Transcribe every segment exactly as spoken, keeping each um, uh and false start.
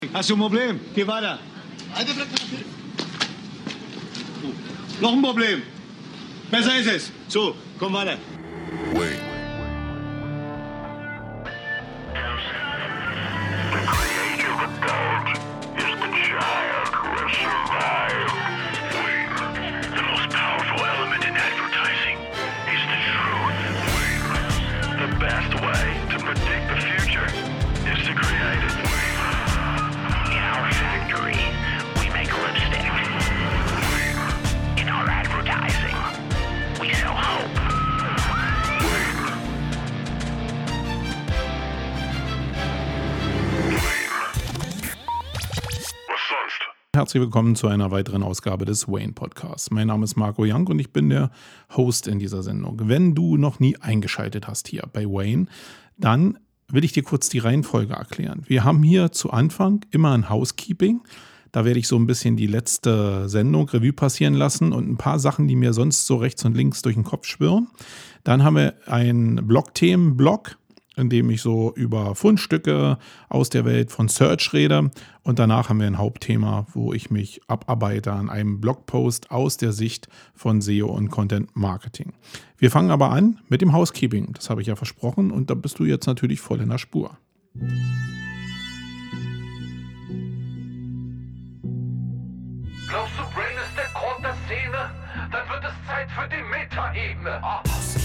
Hast du ein Problem? Geh weiter. Noch ein Problem. Besser ist es. So, komm weiter. Wait. Herzlich willkommen zu einer weiteren Ausgabe des Wayne Podcasts. Mein Name ist Marco Young und ich bin der Host in dieser Sendung. Wenn du noch nie eingeschaltet hast hier bei Wayne, dann will ich dir kurz die Reihenfolge erklären. Wir haben hier zu Anfang immer ein Housekeeping. Da werde ich so ein bisschen die letzte Sendung Revue passieren lassen und ein paar Sachen, die mir sonst so rechts und links durch den Kopf schwirren. Dann haben wir einen Blog-Themen-Blog, in dem ich so über Fundstücke aus der Welt von Search rede. Und danach haben wir ein Hauptthema, wo ich mich abarbeite an einem Blogpost aus der Sicht von S E O und Content Marketing. Wir fangen aber an mit dem Housekeeping. Das habe ich ja versprochen und da bist du jetzt natürlich voll in der Spur. Glaubst du, Brain ist der Grund der Szene? Dann wird es Zeit für die Meta-Ebene. Oh.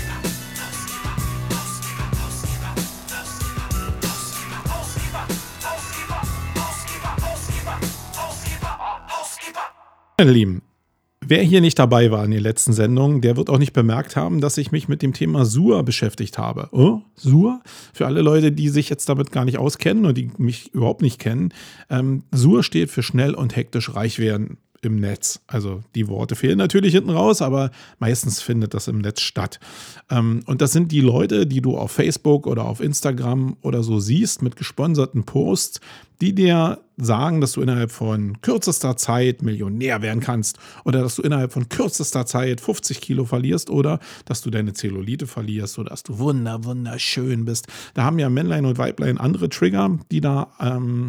Meine Lieben, wer hier nicht dabei war in den letzten Sendungen, der wird auch nicht bemerkt haben, dass ich mich mit dem Thema S U R beschäftigt habe. Oh, S U R? Für alle Leute, die sich jetzt damit gar nicht auskennen und die mich überhaupt nicht kennen. Ähm, S U R steht für schnell und hektisch reich werden im Netz. Also die Worte fehlen natürlich hinten raus, aber meistens findet das im Netz statt. Ähm, und das sind die Leute, die du auf Facebook oder auf Instagram oder so siehst mit gesponserten Posts, die dir sagen, dass du innerhalb von kürzester Zeit Millionär werden kannst oder dass du innerhalb von kürzester Zeit fünfzig Kilo verlierst oder dass du deine Zellulite verlierst oder dass du wunder, wunderschön bist. Da haben ja Männlein und Weiblein andere Trigger, die da ähm,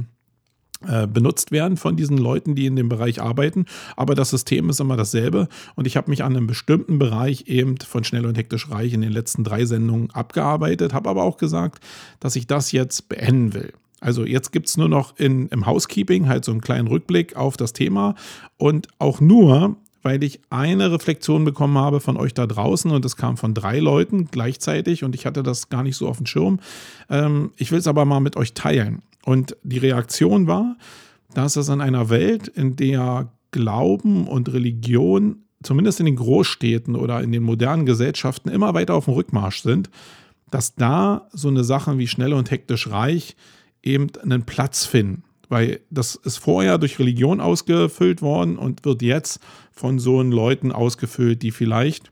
äh, benutzt werden von diesen Leuten, die in dem Bereich arbeiten. Aber das System ist immer dasselbe und ich habe mich an einem bestimmten Bereich eben von Schnell und Hektisch Reich in den letzten drei Sendungen abgearbeitet, habe aber auch gesagt, dass ich das jetzt beenden will. Also jetzt gibt es nur noch in, im Housekeeping halt so einen kleinen Rückblick auf das Thema und auch nur, weil ich eine Reflexion bekommen habe von euch da draußen und das kam von drei Leuten gleichzeitig und ich hatte das gar nicht so auf dem Schirm. Ähm, ich will es aber mal mit euch teilen. Und die Reaktion war, dass es in einer Welt, in der Glauben und Religion, zumindest in den Großstädten oder in den modernen Gesellschaften, immer weiter auf dem Rückmarsch sind, dass da so eine Sache wie Schnell und Hektisch Reich eben einen Platz finden. Weil das ist vorher durch Religion ausgefüllt worden und wird jetzt von so Leuten ausgefüllt, die vielleicht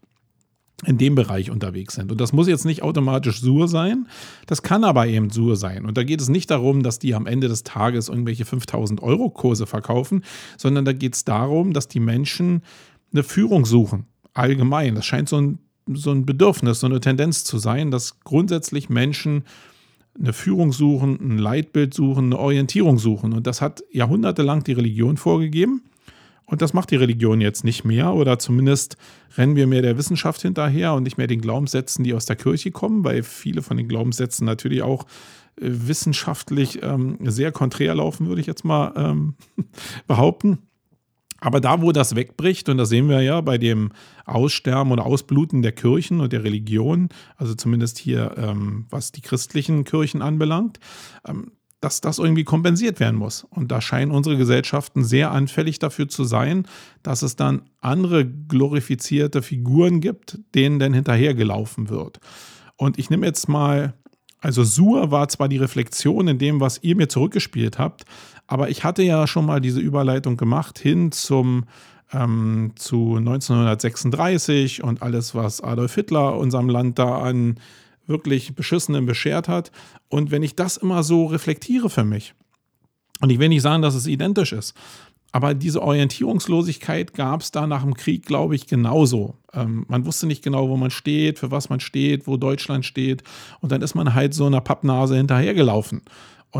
in dem Bereich unterwegs sind. Und das muss jetzt nicht automatisch S U R sein, das kann aber eben S U R sein. Und da geht es nicht darum, dass die am Ende des Tages irgendwelche fünftausend Euro Kurse verkaufen, sondern da geht es darum, dass die Menschen eine Führung suchen, allgemein. Das scheint so ein, so ein Bedürfnis, so eine Tendenz zu sein, dass grundsätzlich Menschen eine Führung suchen, ein Leitbild suchen, eine Orientierung suchen. Und das hat jahrhundertelang die Religion vorgegeben. Und das macht die Religion jetzt nicht mehr. Oder zumindest rennen wir mehr der Wissenschaft hinterher und nicht mehr den Glaubenssätzen, die aus der Kirche kommen, weil viele von den Glaubenssätzen natürlich auch äh, wissenschaftlich ähm, sehr konträr laufen, würde ich jetzt mal ähm, behaupten. Aber da, wo das wegbricht, und das sehen wir ja bei dem Aussterben oder Ausbluten der Kirchen und der Religion, also zumindest hier, ähm, was die christlichen Kirchen anbelangt, ähm, dass das irgendwie kompensiert werden muss. Und da scheinen unsere Gesellschaften sehr anfällig dafür zu sein, dass es dann andere glorifizierte Figuren gibt, denen dann hinterhergelaufen wird. Und ich nehme jetzt mal, also S U R war zwar die Reflexion in dem, was ihr mir zurückgespielt habt, aber ich hatte ja schon mal diese Überleitung gemacht hin zum ähm, zu neunzehnhundertsechsunddreißig und alles, was Adolf Hitler unserem Land da an wirklich Beschissenem beschert hat. Und wenn ich das immer so reflektiere für mich, und ich will nicht sagen, dass es identisch ist, aber diese Orientierungslosigkeit gab es da nach dem Krieg, glaube ich, genauso. Ähm, man wusste nicht genau, wo man steht, für was man steht, wo Deutschland steht. Und dann ist man halt so einer Pappnase hinterhergelaufen. Und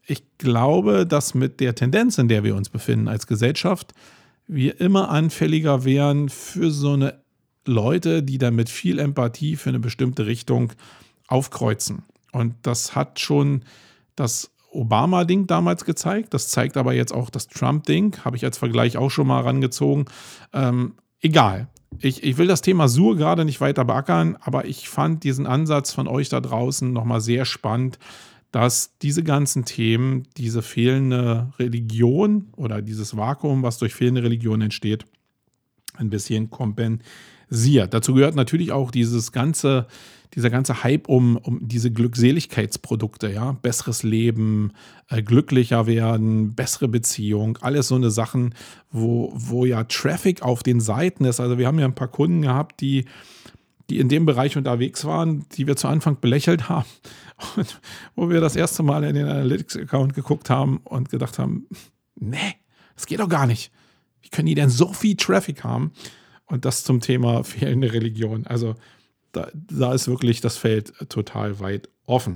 ich glaube, dass mit der Tendenz, in der wir uns befinden als Gesellschaft, wir immer anfälliger wären für so eine Leute, die dann mit viel Empathie für eine bestimmte Richtung aufkreuzen. Und das hat schon das Obama-Ding damals gezeigt. Das zeigt aber jetzt auch das Trump-Ding. Habe ich als Vergleich auch schon mal rangezogen. Ähm, egal. Ich, ich will das Thema Sur gerade nicht weiter beackern, aber ich fand diesen Ansatz von euch da draußen nochmal sehr spannend, dass diese ganzen Themen, diese fehlende Religion oder dieses Vakuum, was durch fehlende Religion entsteht, ein bisschen kompensiert. Dazu gehört natürlich auch dieses ganze, dieser ganze Hype um, um diese Glückseligkeitsprodukte, ja, besseres Leben, äh, glücklicher werden, bessere Beziehung, alles so eine Sachen, wo, wo ja Traffic auf den Seiten ist. Also wir haben ja ein paar Kunden gehabt, die die in dem Bereich unterwegs waren, die wir zu Anfang belächelt haben und wo wir das erste Mal in den Analytics-Account geguckt haben und gedacht haben, nee, das geht doch gar nicht. Wie können die denn so viel Traffic haben? Und das zum Thema fehlende Religion. Also da, da ist wirklich das Feld total weit offen.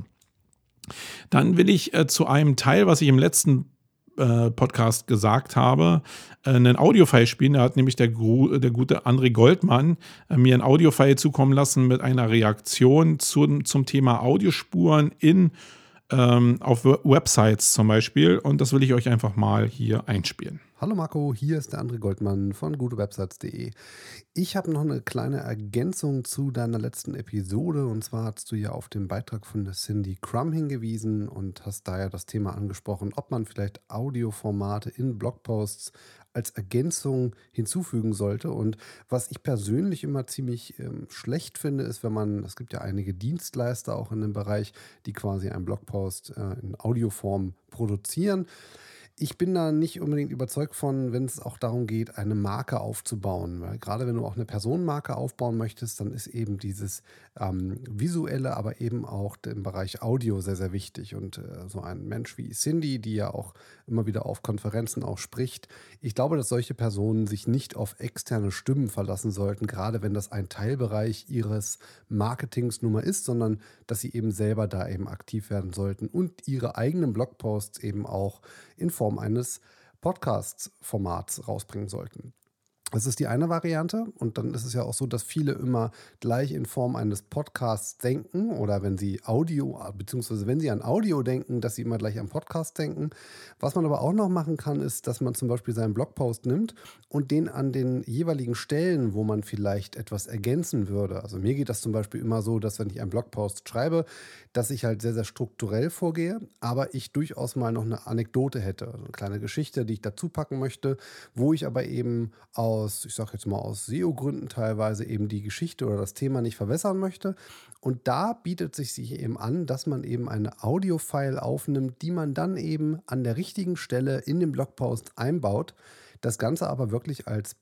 Dann will ich äh, zu einem Teil, was ich im letzten äh, Podcast gesagt habe, äh, einen Audiofile spielen. Da hat nämlich der, Gru- der gute André Goldmann äh, mir ein Audiofile zukommen lassen mit einer Reaktion zum, zum Thema Audiospuren in, ähm, auf Websites zum Beispiel. Und das will ich euch einfach mal hier einspielen. Hallo Marco, hier ist der André Goldmann von gute websites punkt de. Ich habe noch eine kleine Ergänzung zu deiner letzten Episode, und zwar hast du ja auf den Beitrag von der Cindy Crum hingewiesen und hast da ja das Thema angesprochen, ob man vielleicht Audioformate in Blogposts als Ergänzung hinzufügen sollte. Und was ich persönlich immer ziemlich ähm, schlecht finde, ist, wenn man, es gibt ja einige Dienstleister auch in dem Bereich, die quasi einen Blogpost äh, in Audioform produzieren. Ich bin da nicht unbedingt überzeugt von, wenn es auch darum geht, eine Marke aufzubauen. Weil gerade wenn du auch eine Personenmarke aufbauen möchtest, dann ist eben dieses ähm, visuelle, aber eben auch im Bereich Audio sehr, sehr wichtig. Und äh, so ein Mensch wie Cindy, die ja auch immer wieder auf Konferenzen auch spricht, ich glaube, dass solche Personen sich nicht auf externe Stimmen verlassen sollten, gerade wenn das ein Teilbereich ihres Marketings nun mal ist, sondern dass sie eben selber da eben aktiv werden sollten und ihre eigenen Blogposts eben auch in Form eines Podcast-Formats rausbringen sollten. Das ist die eine Variante, und dann ist es ja auch so, dass viele immer gleich in Form eines Podcasts denken, oder wenn sie Audio, beziehungsweise wenn sie an Audio denken, dass sie immer gleich an Podcast denken. Was man aber auch noch machen kann, ist, dass man zum Beispiel seinen Blogpost nimmt und den an den jeweiligen Stellen, wo man vielleicht etwas ergänzen würde. Also mir geht das zum Beispiel immer so, dass wenn ich einen Blogpost schreibe, dass ich halt sehr, sehr strukturell vorgehe, aber ich durchaus mal noch eine Anekdote hätte, also eine kleine Geschichte, die ich dazu packen möchte, wo ich aber eben aus, ich sage jetzt mal aus S E O-Gründen teilweise eben die Geschichte oder das Thema nicht verwässern möchte. Und da bietet sich sich eben an, dass man eben eine Audio-File aufnimmt, die man dann eben an der richtigen Stelle in den Blogpost einbaut. Das Ganze aber wirklich als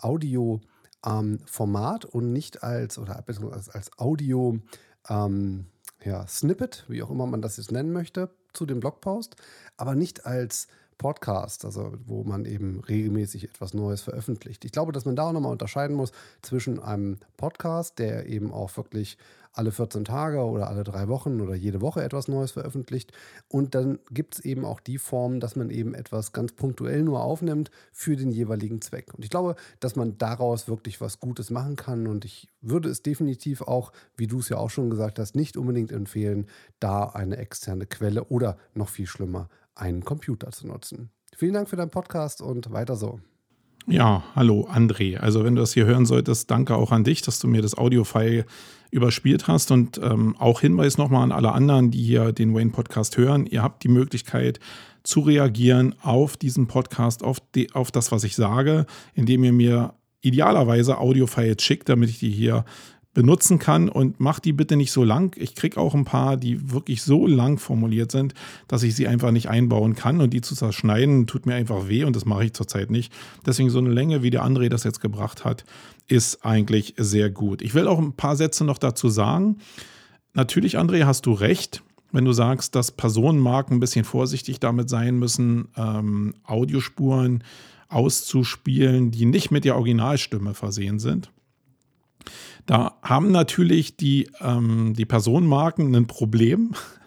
Audio-Format ähm, und nicht als, oder als, als Audio- ähm, ja, Snippet, wie auch immer man das jetzt nennen möchte, zu dem Blogpost, aber nicht als Podcast, also wo man eben regelmäßig etwas Neues veröffentlicht. Ich glaube, dass man da auch nochmal unterscheiden muss zwischen einem Podcast, der eben auch wirklich alle vierzehn Tage oder alle drei Wochen oder jede Woche etwas Neues veröffentlicht, und dann gibt es eben auch die Form, dass man eben etwas ganz punktuell nur aufnimmt für den jeweiligen Zweck. Und ich glaube, dass man daraus wirklich was Gutes machen kann, und ich würde es definitiv auch, wie du es ja auch schon gesagt hast, nicht unbedingt empfehlen, da eine externe Quelle oder noch viel schlimmer, einen Computer zu nutzen. Vielen Dank für deinen Podcast und weiter so. Ja, hallo André. Also wenn du das hier hören solltest, danke auch an dich, dass du mir das Audio-File überspielt hast, und ähm, auch Hinweis nochmal an alle anderen, die hier den Wayne-Podcast hören. Ihr habt die Möglichkeit zu reagieren auf diesen Podcast, auf, die, auf das, was ich sage, indem ihr mir idealerweise Audio-Files schickt, damit ich die hier benutzen kann, und macht die bitte nicht so lang. Ich kriege auch ein paar, die wirklich so lang formuliert sind, dass ich sie einfach nicht einbauen kann, und die zu zerschneiden tut mir einfach weh, und das mache ich zurzeit nicht. Deswegen so eine Länge, wie der André das jetzt gebracht hat, ist eigentlich sehr gut. Ich will auch ein paar Sätze noch dazu sagen. Natürlich, André, hast du recht, wenn du sagst, dass Personenmarken ein bisschen vorsichtig damit sein müssen, ähm, Audiospuren auszuspielen, die nicht mit der Originalstimme versehen sind. Da haben natürlich die, ähm, die Personenmarken ein Problem,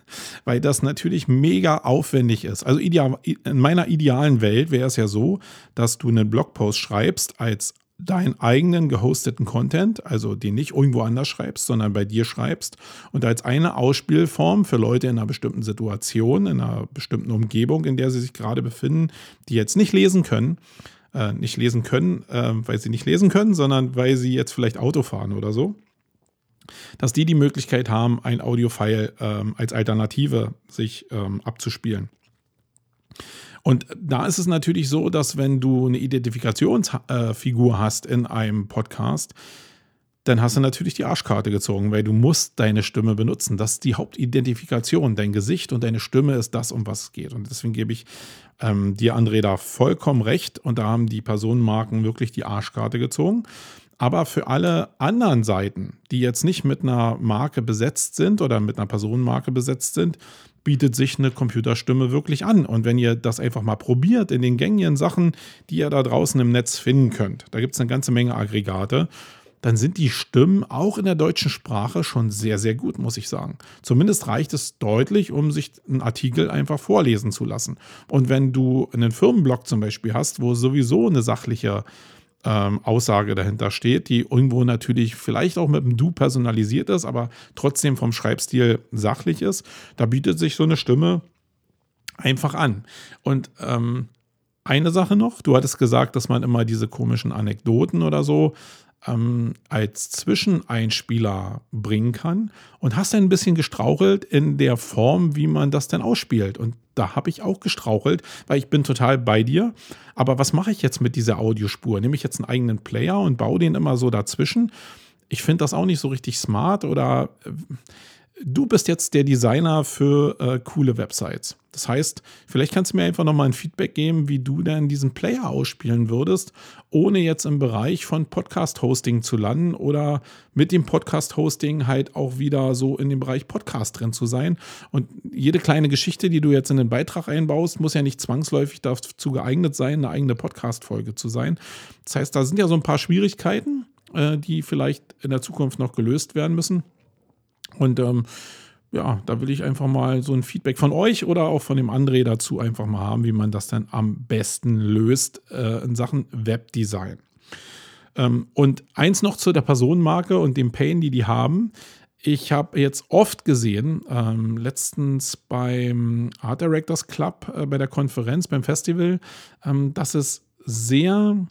weil das natürlich mega aufwendig ist. Also ideal, in meiner idealen Welt wäre es ja so, dass du einen Blogpost schreibst als deinen eigenen gehosteten Content, also den nicht irgendwo anders schreibst, sondern bei dir schreibst und als eine Ausspielform für Leute in einer bestimmten Situation, in einer bestimmten Umgebung, in der sie sich gerade befinden, die jetzt nicht lesen können, äh, nicht lesen können, äh, weil sie nicht lesen können, sondern weil sie jetzt vielleicht Auto fahren oder so, dass die die Möglichkeit haben, ein Audio-File ähm, als Alternative sich ähm, abzuspielen. Und da ist es natürlich so, dass wenn du eine Identifikationsfigur hast in einem Podcast, dann hast du natürlich die Arschkarte gezogen, weil du musst deine Stimme benutzen. Das ist die Hauptidentifikation. Dein Gesicht und deine Stimme ist das, um was es geht. Und deswegen gebe ich ähm, dir, André, da vollkommen recht. Und da haben die Personenmarken wirklich die Arschkarte gezogen. Aber für alle anderen Seiten, die jetzt nicht mit einer Marke besetzt sind oder mit einer Personenmarke besetzt sind, bietet sich eine Computerstimme wirklich an. Und wenn ihr das einfach mal probiert in den gängigen Sachen, die ihr da draußen im Netz finden könnt, da gibt es eine ganze Menge Aggregate, dann sind die Stimmen auch in der deutschen Sprache schon sehr, sehr gut, muss ich sagen. Zumindest reicht es deutlich, um sich einen Artikel einfach vorlesen zu lassen. Und wenn du einen Firmenblog zum Beispiel hast, wo sowieso eine sachliche Ähm, Aussage dahinter steht, die irgendwo natürlich vielleicht auch mit einem Du personalisiert ist, aber trotzdem vom Schreibstil sachlich ist, da bietet sich so eine Stimme einfach an. Und ähm, eine Sache noch, du hattest gesagt, dass man immer diese komischen Anekdoten oder so ähm, als Zwischeneinspieler bringen kann und hast dann ein bisschen gestrauchelt in der Form, wie man das denn ausspielt. Und da habe ich auch gestrauchelt, weil ich bin total bei dir. Aber was mache ich jetzt mit dieser Audiospur? Nehme ich jetzt einen eigenen Player und baue den immer so dazwischen? Ich finde das auch nicht so richtig smart. Oder äh, du bist jetzt der Designer für äh, coole Websites. Das heißt, vielleicht kannst du mir einfach nochmal ein Feedback geben, wie du denn diesen Player ausspielen würdest, ohne jetzt im Bereich von Podcast-Hosting zu landen oder mit dem Podcast-Hosting halt auch wieder so in dem Bereich Podcast drin zu sein. Und jede kleine Geschichte, die du jetzt in den Beitrag einbaust, muss ja nicht zwangsläufig dazu geeignet sein, eine eigene Podcast-Folge zu sein. Das heißt, da sind ja so ein paar Schwierigkeiten, äh, die vielleicht in der Zukunft noch gelöst werden müssen. Und ähm, ja, da will ich einfach mal so ein Feedback von euch oder auch von dem André dazu einfach mal haben, wie man das dann am besten löst äh, in Sachen Webdesign. Ähm, und eins noch zu der Personenmarke und dem Pain, die die haben. Ich habe jetzt oft gesehen, ähm, letztens beim Art Directors Club, äh, bei der Konferenz, beim Festival, ähm, dass es sehr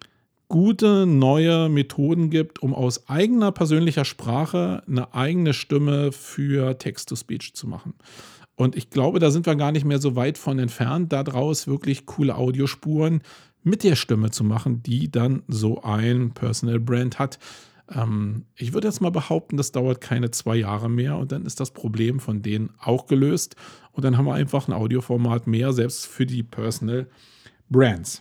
gute neue Methoden gibt, um aus eigener persönlicher Sprache eine eigene Stimme für Text-to-Speech zu machen. Und ich glaube, da sind wir gar nicht mehr so weit von entfernt, daraus wirklich coole Audiospuren mit der Stimme zu machen, die dann so ein Personal Brand hat. Ähm, ich würde jetzt mal behaupten, das dauert keine zwei Jahre mehr und dann ist das Problem von denen auch gelöst. Und dann haben wir einfach ein Audioformat mehr, selbst für die Personal Brands.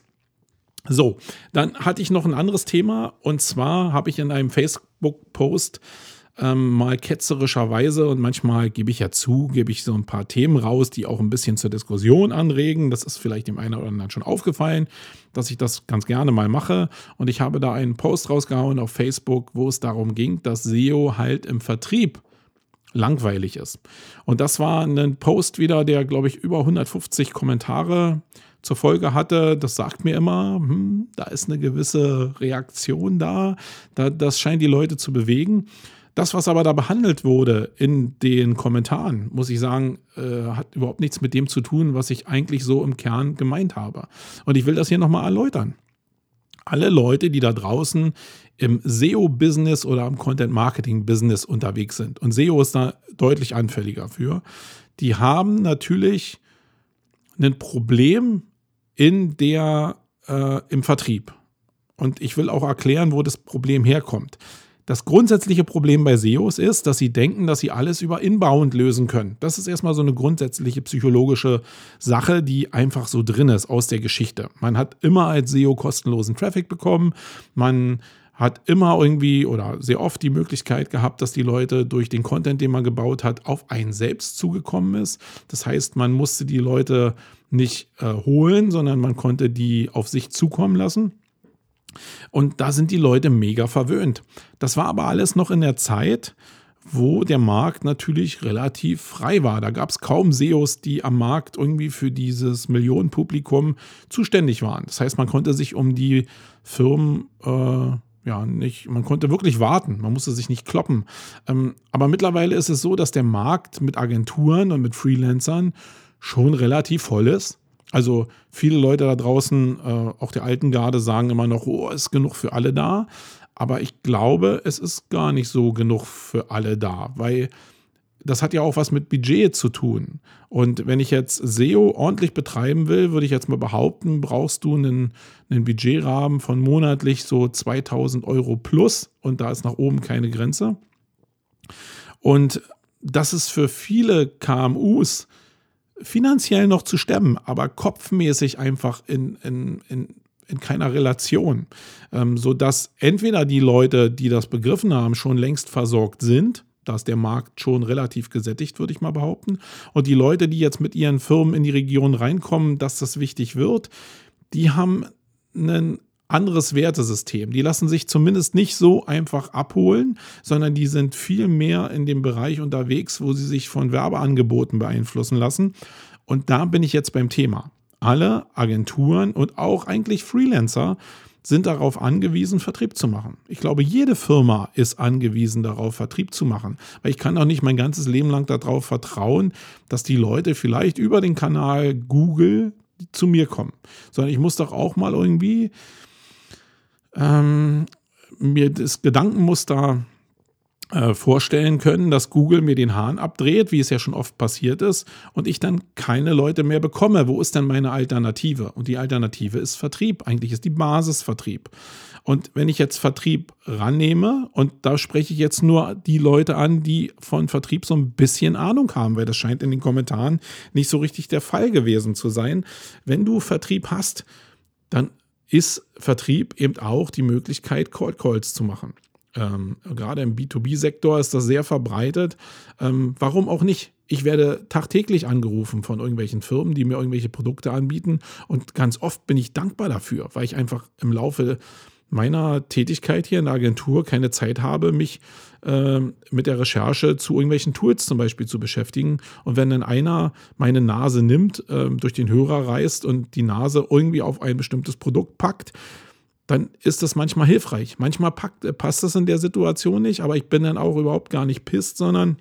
So, dann hatte ich noch ein anderes Thema und zwar habe ich in einem Facebook-Post ähm, mal ketzerischerweise und manchmal gebe ich ja zu, gebe ich so ein paar Themen raus, die auch ein bisschen zur Diskussion anregen. Das ist vielleicht dem einen oder anderen schon aufgefallen, dass ich das ganz gerne mal mache und ich habe da einen Post rausgehauen auf Facebook, wo es darum ging, dass S E O halt im Vertrieb langweilig ist. Und das war ein Post wieder, der, glaube ich, über hundertfünfzig Kommentare zur Folge hatte. Das sagt mir immer, hm, da ist eine gewisse Reaktion da. da. Das scheint die Leute zu bewegen. Das, was aber da behandelt wurde in den Kommentaren, muss ich sagen, äh, hat überhaupt nichts mit dem zu tun, was ich eigentlich so im Kern gemeint habe. Und ich will das hier nochmal erläutern. Alle Leute, die da draußen im S E O-Business oder im Content-Marketing-Business unterwegs sind, und S E O ist da deutlich anfälliger für, die haben natürlich ein Problem in der, äh, im Vertrieb. Und ich will auch erklären, wo das Problem herkommt. Das grundsätzliche Problem bei S E Os ist, dass sie denken, dass sie alles über Inbound lösen können. Das ist erstmal so eine grundsätzliche psychologische Sache, die einfach so drin ist aus der Geschichte. Man hat immer als S E O kostenlosen Traffic bekommen. Man hat immer irgendwie oder sehr oft die Möglichkeit gehabt, dass die Leute durch den Content, den man gebaut hat, auf einen selbst zugekommen ist. Das heißt, man musste die Leute nicht äh, holen, sondern man konnte die auf sich zukommen lassen. Und da sind die Leute mega verwöhnt. Das war aber alles noch in der Zeit, wo der Markt natürlich relativ frei war. Da gab es kaum S E Os, die am Markt irgendwie für dieses Millionenpublikum zuständig waren. Das heißt, man konnte sich um die Firmen äh, ja nicht, man konnte wirklich warten, man musste sich nicht kloppen. Ähm, aber mittlerweile ist es so, dass der Markt mit Agenturen und mit Freelancern schon relativ voll ist. Also viele Leute da draußen, äh, auch der alten Garde, sagen immer noch, oh, ist genug für alle da. Aber ich glaube, es ist gar nicht so genug für alle da, weil das hat ja auch was mit Budget zu tun. Und wenn ich jetzt S E O ordentlich betreiben will, würde ich jetzt mal behaupten, brauchst du einen, einen Budgetrahmen von monatlich so zweitausend Euro plus und da ist nach oben keine Grenze. Und das ist für viele K M Us finanziell noch zu stemmen, aber kopfmäßig einfach in, in, in, in keiner Relation. Ähm, sodass entweder die Leute, die das begriffen haben, schon längst versorgt sind, da ist der Markt schon relativ gesättigt, würde ich mal behaupten. Und die Leute, die jetzt mit ihren Firmen in die Region reinkommen, dass das wichtig wird, die haben ein anderes Wertesystem. Die lassen sich zumindest nicht so einfach abholen, sondern die sind viel mehr in dem Bereich unterwegs, wo sie sich von Werbeangeboten beeinflussen lassen. Und da bin ich jetzt beim Thema. Alle Agenturen und auch eigentlich Freelancer sind darauf angewiesen, Vertrieb zu machen. Ich glaube, jede Firma ist angewiesen, darauf Vertrieb zu machen. Weil ich kann auch nicht mein ganzes Leben lang darauf vertrauen, dass die Leute vielleicht über den Kanal Google zu mir kommen. Sondern ich muss doch auch mal irgendwie ähm, mir das Gedankenmuster äh, vorstellen können, dass Google mir den Hahn abdreht, wie es ja schon oft passiert ist, und ich dann keine Leute mehr bekomme. Wo ist denn meine Alternative? Und die Alternative ist Vertrieb. Eigentlich ist die Basis Vertrieb. Und wenn ich jetzt Vertrieb rannehme, und da spreche ich jetzt nur die Leute an, die von Vertrieb so ein bisschen Ahnung haben, weil das scheint in den Kommentaren nicht so richtig der Fall gewesen zu sein. Wenn du Vertrieb hast, dann ist Vertrieb eben auch die Möglichkeit, Cold Calls zu machen. Ähm, gerade im B zwei B-Sektor ist das sehr verbreitet. Ähm, warum auch nicht? Ich werde tagtäglich angerufen von irgendwelchen Firmen, die mir irgendwelche Produkte anbieten, und ganz oft bin ich dankbar dafür, weil ich einfach im Laufe meiner Tätigkeit hier in der Agentur keine Zeit habe, mich äh, mit der Recherche zu irgendwelchen Tools zum Beispiel zu beschäftigen. Und wenn dann einer meine Nase nimmt, äh, durch den Hörer reißt und die Nase irgendwie auf ein bestimmtes Produkt packt, dann ist das manchmal hilfreich. Manchmal packt, passt das in der Situation nicht, aber ich bin dann auch überhaupt gar nicht pisst, sondern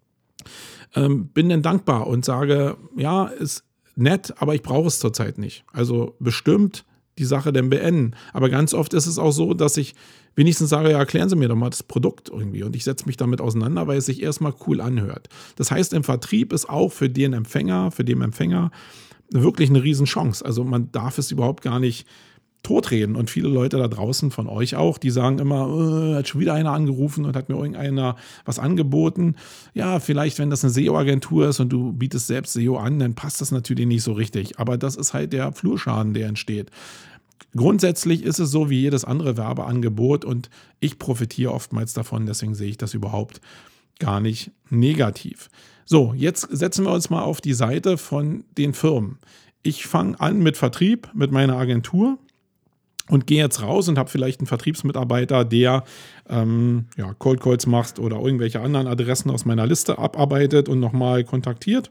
ähm, bin dann dankbar und sage, ja, ist nett, aber ich brauche es zurzeit nicht. Also bestimmt die Sache dann beenden. Aber ganz oft ist es auch so, dass ich wenigstens sage, ja, erklären Sie mir doch mal das Produkt irgendwie, und ich setze mich damit auseinander, weil es sich erstmal cool anhört. Das heißt, im Vertrieb ist auch für den Empfänger, für den Empfänger wirklich eine Riesenchance. Also man darf es überhaupt gar nicht totreden, und viele Leute da draußen von euch auch, die sagen immer, äh, hat schon wieder einer angerufen und hat mir irgendeiner was angeboten. Ja, vielleicht, wenn das eine S E O-Agentur ist und du bietest selbst S E O an, dann passt das natürlich nicht so richtig. Aber das ist halt der Flurschaden, der entsteht. Grundsätzlich ist es so wie jedes andere Werbeangebot, und ich profitiere oftmals davon, deswegen sehe ich das überhaupt gar nicht negativ. So, jetzt setzen wir uns mal auf die Seite von den Firmen. Ich fange an mit Vertrieb, mit meiner Agentur, und gehe jetzt raus und habe vielleicht einen Vertriebsmitarbeiter, der ähm, ja, Cold Calls macht oder irgendwelche anderen Adressen aus meiner Liste abarbeitet und nochmal kontaktiert.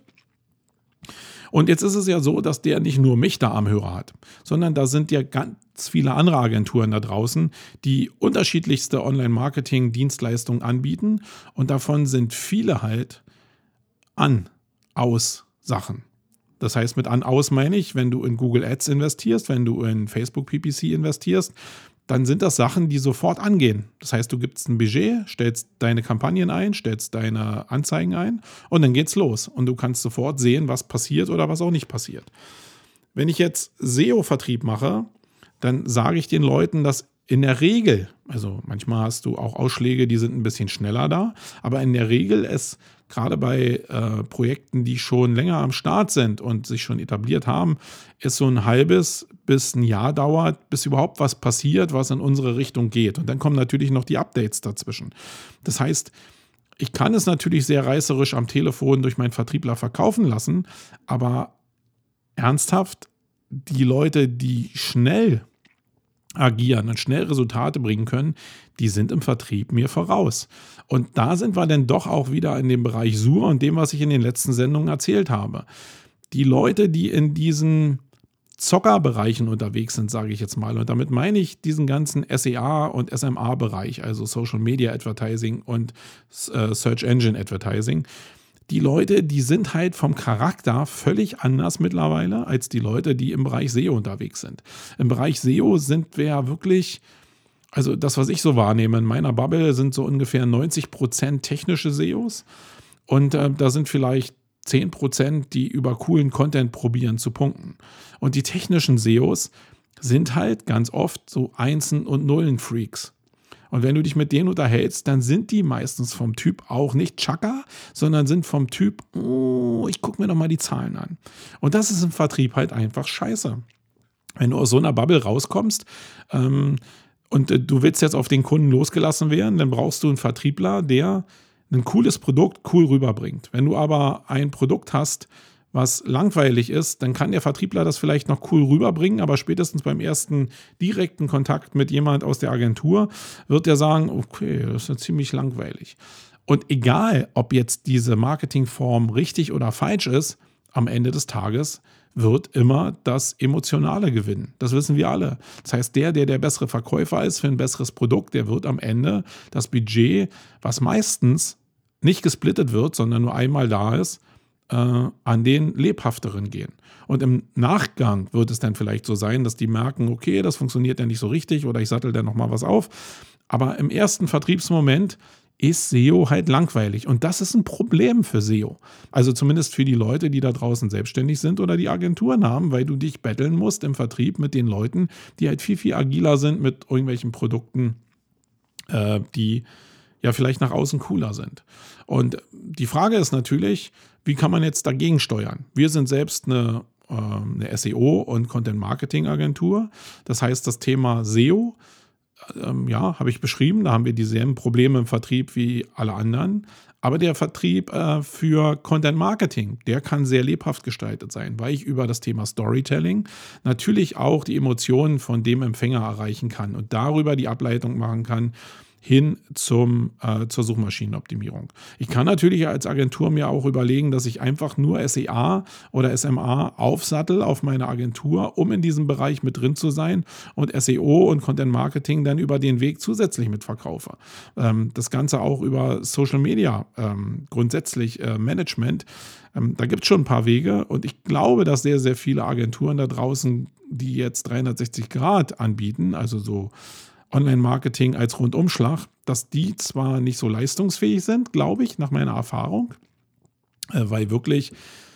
Und jetzt ist es ja so, dass der nicht nur mich da am Hörer hat, sondern da sind ja ganz viele andere Agenturen da draußen, die unterschiedlichste Online-Marketing-Dienstleistungen anbieten, und davon sind viele halt An-Aus-Sachen. Das heißt, mit An-Aus meine ich, wenn du in Google Ads investierst, wenn du in Facebook P P C investierst, dann sind das Sachen, die sofort angehen. Das heißt, du gibst ein Budget, stellst deine Kampagnen ein, stellst deine Anzeigen ein, und dann geht's los. Und du kannst sofort sehen, was passiert oder was auch nicht passiert. Wenn ich jetzt S E O-Vertrieb mache, dann sage ich den Leuten, dass in der Regel, also manchmal hast du auch Ausschläge, die sind ein bisschen schneller da, aber in der Regel es gerade bei äh, Projekten, die schon länger am Start sind und sich schon etabliert haben, es so ein halbes bis ein Jahr dauert, bis überhaupt was passiert, was in unsere Richtung geht. Und dann kommen natürlich noch die Updates dazwischen. Das heißt, ich kann es natürlich sehr reißerisch am Telefon durch meinen Vertriebler verkaufen lassen, aber ernsthaft, die Leute, die schnell agieren und schnell Resultate bringen können, die sind im Vertrieb mir voraus. Und da sind wir dann doch auch wieder in dem Bereich S U R und dem, was ich in den letzten Sendungen erzählt habe. Die Leute, die in diesen Zockerbereichen unterwegs sind, sage ich jetzt mal, und damit meine ich diesen ganzen S E A und S M A-Bereich, also Social Media Advertising und äh, Search Engine Advertising, die Leute, die sind halt vom Charakter völlig anders mittlerweile als die Leute, die im Bereich S E O unterwegs sind. Im Bereich S E O sind wir ja wirklich, also das, was ich so wahrnehme in meiner Bubble, sind so ungefähr neunzig Prozent technische S E Os und äh, da sind vielleicht zehn Prozent, die über coolen Content probieren zu punkten. Und die technischen S E Os sind halt ganz oft so Einsen- und Nullen-Freaks. Und wenn du dich mit denen unterhältst, dann sind die meistens vom Typ auch nicht Chaka, sondern sind vom Typ, oh, ich gucke mir doch mal die Zahlen an. Und das ist im Vertrieb halt einfach scheiße. Wenn du aus so einer Bubble rauskommst ähm, und äh, du willst jetzt auf den Kunden losgelassen werden, dann brauchst du einen Vertriebler, der ein cooles Produkt cool rüberbringt. Wenn du aber ein Produkt hast, was langweilig ist, dann kann der Vertriebler das vielleicht noch cool rüberbringen, aber spätestens beim ersten direkten Kontakt mit jemand aus der Agentur wird der sagen, okay, das ist ja ziemlich langweilig. Und egal, ob jetzt diese Marketingform richtig oder falsch ist, am Ende des Tages wird immer das Emotionale gewinnen. Das wissen wir alle. Das heißt, der, der der bessere Verkäufer ist für ein besseres Produkt, der wird am Ende das Budget, was meistens nicht gesplittet wird, sondern nur einmal da ist, äh, an den lebhafteren gehen. Und im Nachgang wird es dann vielleicht so sein, dass die merken, okay, das funktioniert ja nicht so richtig oder ich sattel dann nochmal was auf. Aber im ersten Vertriebsmoment ist S E O halt langweilig. Und das ist ein Problem für S E O. Also zumindest für die Leute, die da draußen selbstständig sind oder die Agenturen haben, weil du dich betteln musst im Vertrieb mit den Leuten, die halt viel, viel agiler sind mit irgendwelchen Produkten, äh, die ja vielleicht nach außen cooler sind. Und die Frage ist natürlich, wie kann man jetzt dagegen steuern? Wir sind selbst eine, äh, eine S E O- und Content-Marketing-Agentur. Das heißt, das Thema S E O, ähm, ja, habe ich beschrieben, da haben wir dieselben Probleme im Vertrieb wie alle anderen. Aber der Vertrieb äh, für Content Marketing, der kann sehr lebhaft gestaltet sein, weil ich über das Thema Storytelling natürlich auch die Emotionen von dem Empfänger erreichen kann und darüber die Ableitung machen kann, hin zum, äh, zur Suchmaschinenoptimierung. Ich kann natürlich als Agentur mir auch überlegen, dass ich einfach nur S E A oder S M A aufsattel auf meine Agentur, um in diesem Bereich mit drin zu sein und S E O und Content Marketing dann über den Weg zusätzlich mitverkaufe. Ähm, das Ganze auch über Social Media, ähm, grundsätzlich äh, Management. Ähm, da gibt es schon ein paar Wege und ich glaube, dass sehr, sehr viele Agenturen da draußen, die jetzt dreihundertsechzig Grad anbieten, also so Online-Marketing als Rundumschlag, dass die zwar nicht so leistungsfähig sind, glaube ich, nach meiner Erfahrung, äh, weil wirklich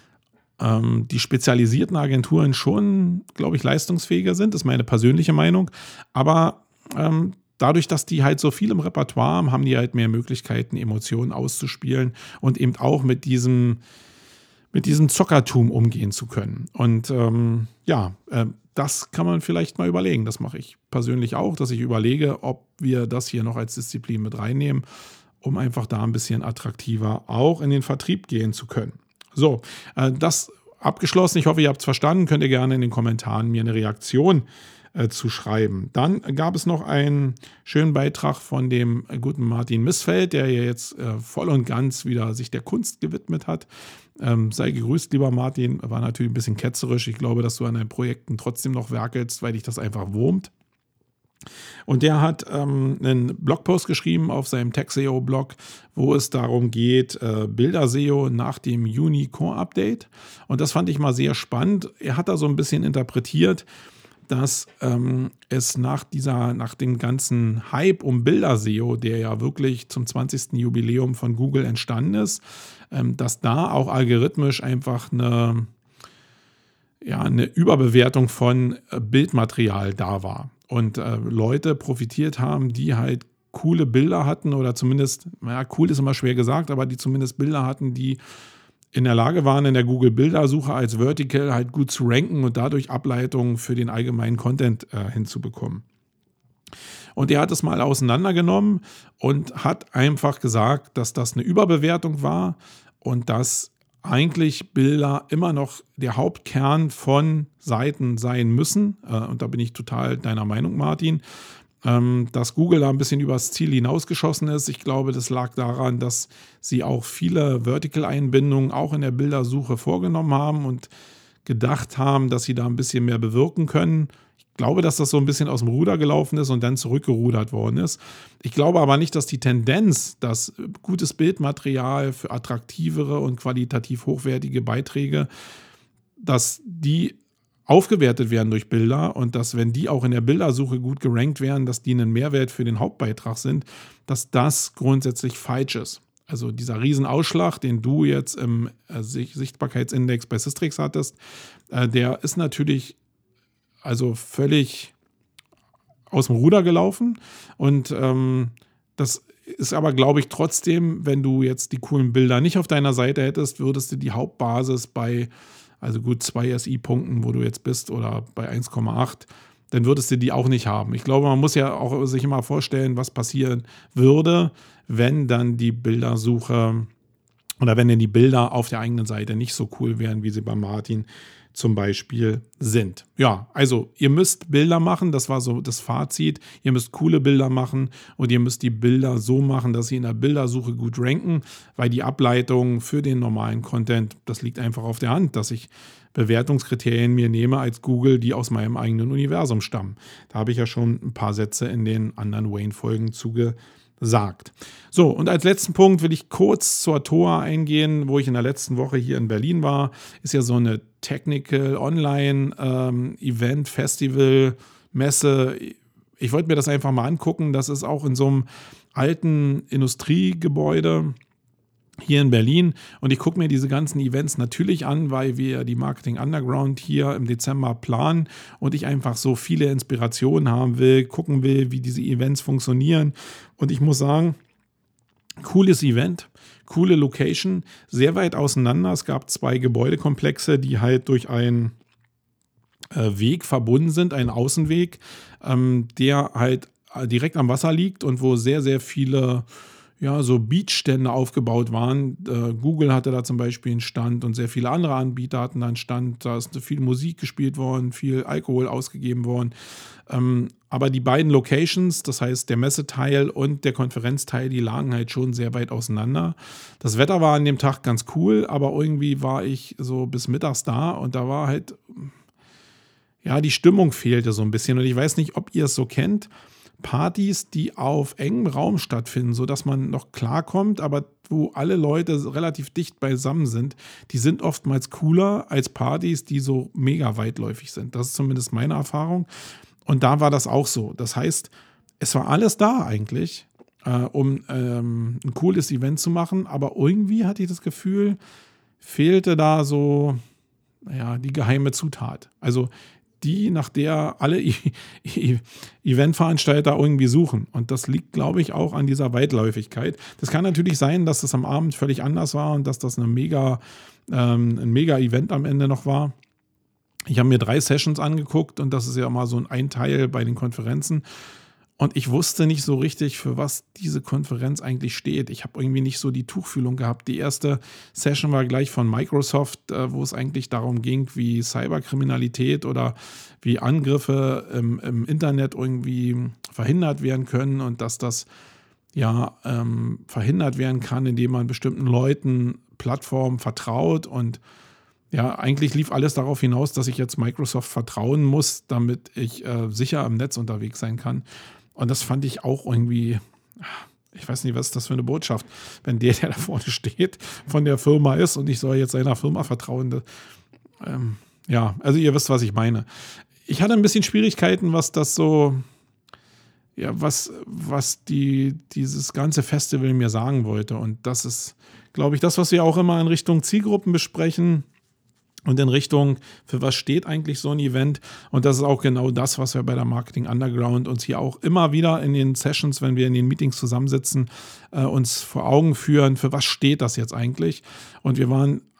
ähm, die spezialisierten Agenturen schon, glaube ich, leistungsfähiger sind, ist meine persönliche Meinung, aber ähm, dadurch, dass die halt so viel im Repertoire haben, haben die halt mehr Möglichkeiten, Emotionen auszuspielen und eben auch mit diesem, mit diesem Zockertum umgehen zu können. Und ähm, ja, äh, das kann man vielleicht mal überlegen. Das mache ich persönlich auch, dass ich überlege, ob wir das hier noch als Disziplin mit reinnehmen, um einfach da ein bisschen attraktiver auch in den Vertrieb gehen zu können. So, äh, das abgeschlossen. Ich hoffe, ihr habt es verstanden. Könnt ihr gerne in den Kommentaren mir eine Reaktion äh, zu schreiben. Dann gab es noch einen schönen Beitrag von dem guten Martin Missfeld, der ja jetzt äh, voll und ganz wieder sich der Kunst gewidmet hat. Ähm, sei gegrüßt, lieber Martin. War natürlich ein bisschen ketzerisch. Ich glaube, dass du an deinen Projekten trotzdem noch werkelst, weil dich das einfach wurmt. Und der hat ähm, einen Blogpost geschrieben auf seinem Tech-S E O-Blog, wo es darum geht, äh, Bilder-S E O nach dem Juni-Core-Update. Und das fand ich mal sehr spannend. Er hat da so ein bisschen interpretiert, dass ähm, es nach dieser, nach dem ganzen Hype um Bilder-S E O, der ja wirklich zum zwanzigsten Jubiläum von Google entstanden ist, ähm, dass da auch algorithmisch einfach eine, ja, eine Überbewertung von äh, Bildmaterial da war. Und äh, Leute profitiert haben, die halt coole Bilder hatten oder zumindest, naja, cool ist immer schwer gesagt, aber die zumindest Bilder hatten, die in der Lage waren, in der Google-Bildersuche als Vertical halt gut zu ranken und dadurch Ableitungen für den allgemeinen Content äh, hinzubekommen. Und er hat es mal auseinandergenommen und hat einfach gesagt, dass das eine Überbewertung war und dass eigentlich Bilder immer noch der Hauptkern von Seiten sein müssen. Äh, und da bin ich total deiner Meinung, Martin. Ähm, dass Google da ein bisschen übers Ziel hinausgeschossen ist. Ich glaube, das lag daran, dass sie auch viele Vertical-Einbindungen auch in der Bildersuche vorgenommen haben und gedacht haben, dass sie da ein bisschen mehr bewirken können. Ich glaube, dass das so ein bisschen aus dem Ruder gelaufen ist und dann zurückgerudert worden ist. Ich glaube aber nicht, dass die Tendenz, dass gutes Bildmaterial für attraktivere und qualitativ hochwertige Beiträge, dass die aufgewertet werden durch Bilder und dass, wenn die auch in der Bildersuche gut gerankt werden, dass die einen Mehrwert für den Hauptbeitrag sind, dass das grundsätzlich falsch ist. Also dieser Riesenausschlag, den du jetzt im äh, Sichtbarkeitsindex bei Sistrix hattest, äh, der ist natürlich also völlig aus dem Ruder gelaufen. Und ähm, das ist aber, glaube ich, trotzdem, wenn du jetzt die coolen Bilder nicht auf deiner Seite hättest, würdest du die Hauptbasis bei, also gut zwei S I-Punkten, wo du jetzt bist, oder bei eins Komma acht, dann würdest du die auch nicht haben. Ich glaube, man muss ja auch sich immer vorstellen, was passieren würde, wenn dann die Bildersuche oder wenn denn die Bilder auf der eigenen Seite nicht so cool wären, wie sie bei Martin zum Beispiel sind. Ja, also ihr müsst Bilder machen, das war so das Fazit. Ihr müsst coole Bilder machen und ihr müsst die Bilder so machen, dass sie in der Bildersuche gut ranken, weil die Ableitung für den normalen Content, das liegt einfach auf der Hand, dass ich Bewertungskriterien mir nehme als Google, die aus meinem eigenen Universum stammen. Da habe ich ja schon ein paar Sätze in den anderen Wayne-Folgen zugesagt. So, und als letzten Punkt will ich kurz zur T O A eingehen, wo ich in der letzten Woche hier in Berlin war. Ist ja so eine Technical Online ähm, Event, Festival, Messe. Ich wollte mir das einfach mal angucken. Das ist auch in so einem alten Industriegebäude hier in Berlin, und ich gucke mir diese ganzen Events natürlich an, weil wir die Marketing Underground hier im Dezember planen und ich einfach so viele Inspirationen haben will, gucken will, wie diese Events funktionieren. Und ich muss sagen, cooles Event, coole Location, sehr weit auseinander. Es gab zwei Gebäudekomplexe, die halt durch einen äh, Weg verbunden sind, einen Außenweg, ähm, der halt direkt am Wasser liegt und wo sehr, sehr viele ja, so Beachstände aufgebaut waren. Äh, Google hatte da zum Beispiel einen Stand und sehr viele andere Anbieter hatten da einen Stand. Da ist viel Musik gespielt worden, viel Alkohol ausgegeben worden. Ähm, aber die beiden Locations, das heißt der Messeteil und der Konferenzteil, die lagen halt schon sehr weit auseinander. Das Wetter war an dem Tag ganz cool, aber irgendwie war ich so bis mittags da und da war halt, ja, die Stimmung fehlte so ein bisschen. Und ich weiß nicht, ob ihr es so kennt. Partys, die auf engem Raum stattfinden, sodass man noch klarkommt, aber wo alle Leute relativ dicht beisammen sind, die sind oftmals cooler als Partys, die so mega weitläufig sind. Das ist zumindest meine Erfahrung. Und da war das auch so. Das heißt, es war alles da eigentlich, äh, um ähm, ein cooles Event zu machen, aber irgendwie hatte ich das Gefühl, fehlte da so, ja, die geheime Zutat. Also die, nach der alle E- E- Eventveranstalter irgendwie suchen. Und das liegt, glaube ich, auch an dieser Weitläufigkeit. Das kann natürlich sein, dass das am Abend völlig anders war und dass das eine mega, ähm, ein Mega-Event am Ende noch war. Ich habe mir drei Sessions angeguckt und das ist ja mal so ein Teil bei den Konferenzen. Und ich wusste nicht so richtig, für was diese Konferenz eigentlich steht. Ich habe irgendwie nicht so die Tuchfühlung gehabt. Die erste Session war gleich von Microsoft, äh, wo es eigentlich darum ging, wie Cyberkriminalität oder wie Angriffe im, im Internet irgendwie verhindert werden können und dass das ja ähm, verhindert werden kann, indem man bestimmten Leuten Plattformen vertraut. Und ja, eigentlich lief alles darauf hinaus, dass ich jetzt Microsoft vertrauen muss, damit ich äh, sicher im Netz unterwegs sein kann. Und das fand ich auch irgendwie, ich weiß nicht, was ist das für eine Botschaft, wenn der, der da vorne steht, von der Firma ist und ich soll jetzt seiner Firma vertrauen. Ähm, ja, also ihr wisst, was ich meine. Ich hatte ein bisschen Schwierigkeiten, was das so, ja, was, was die, dieses ganze Festival mir sagen wollte. Und das ist, glaube ich, das, was wir auch immer in Richtung Zielgruppen besprechen. Und in Richtung, für was steht eigentlich so ein Event? Und das ist auch genau das, was wir bei der Marketing Underground uns hier auch immer wieder in den Sessions, wenn wir in den Meetings zusammensitzen, äh, uns vor Augen führen, für was steht das jetzt eigentlich? Und wir waren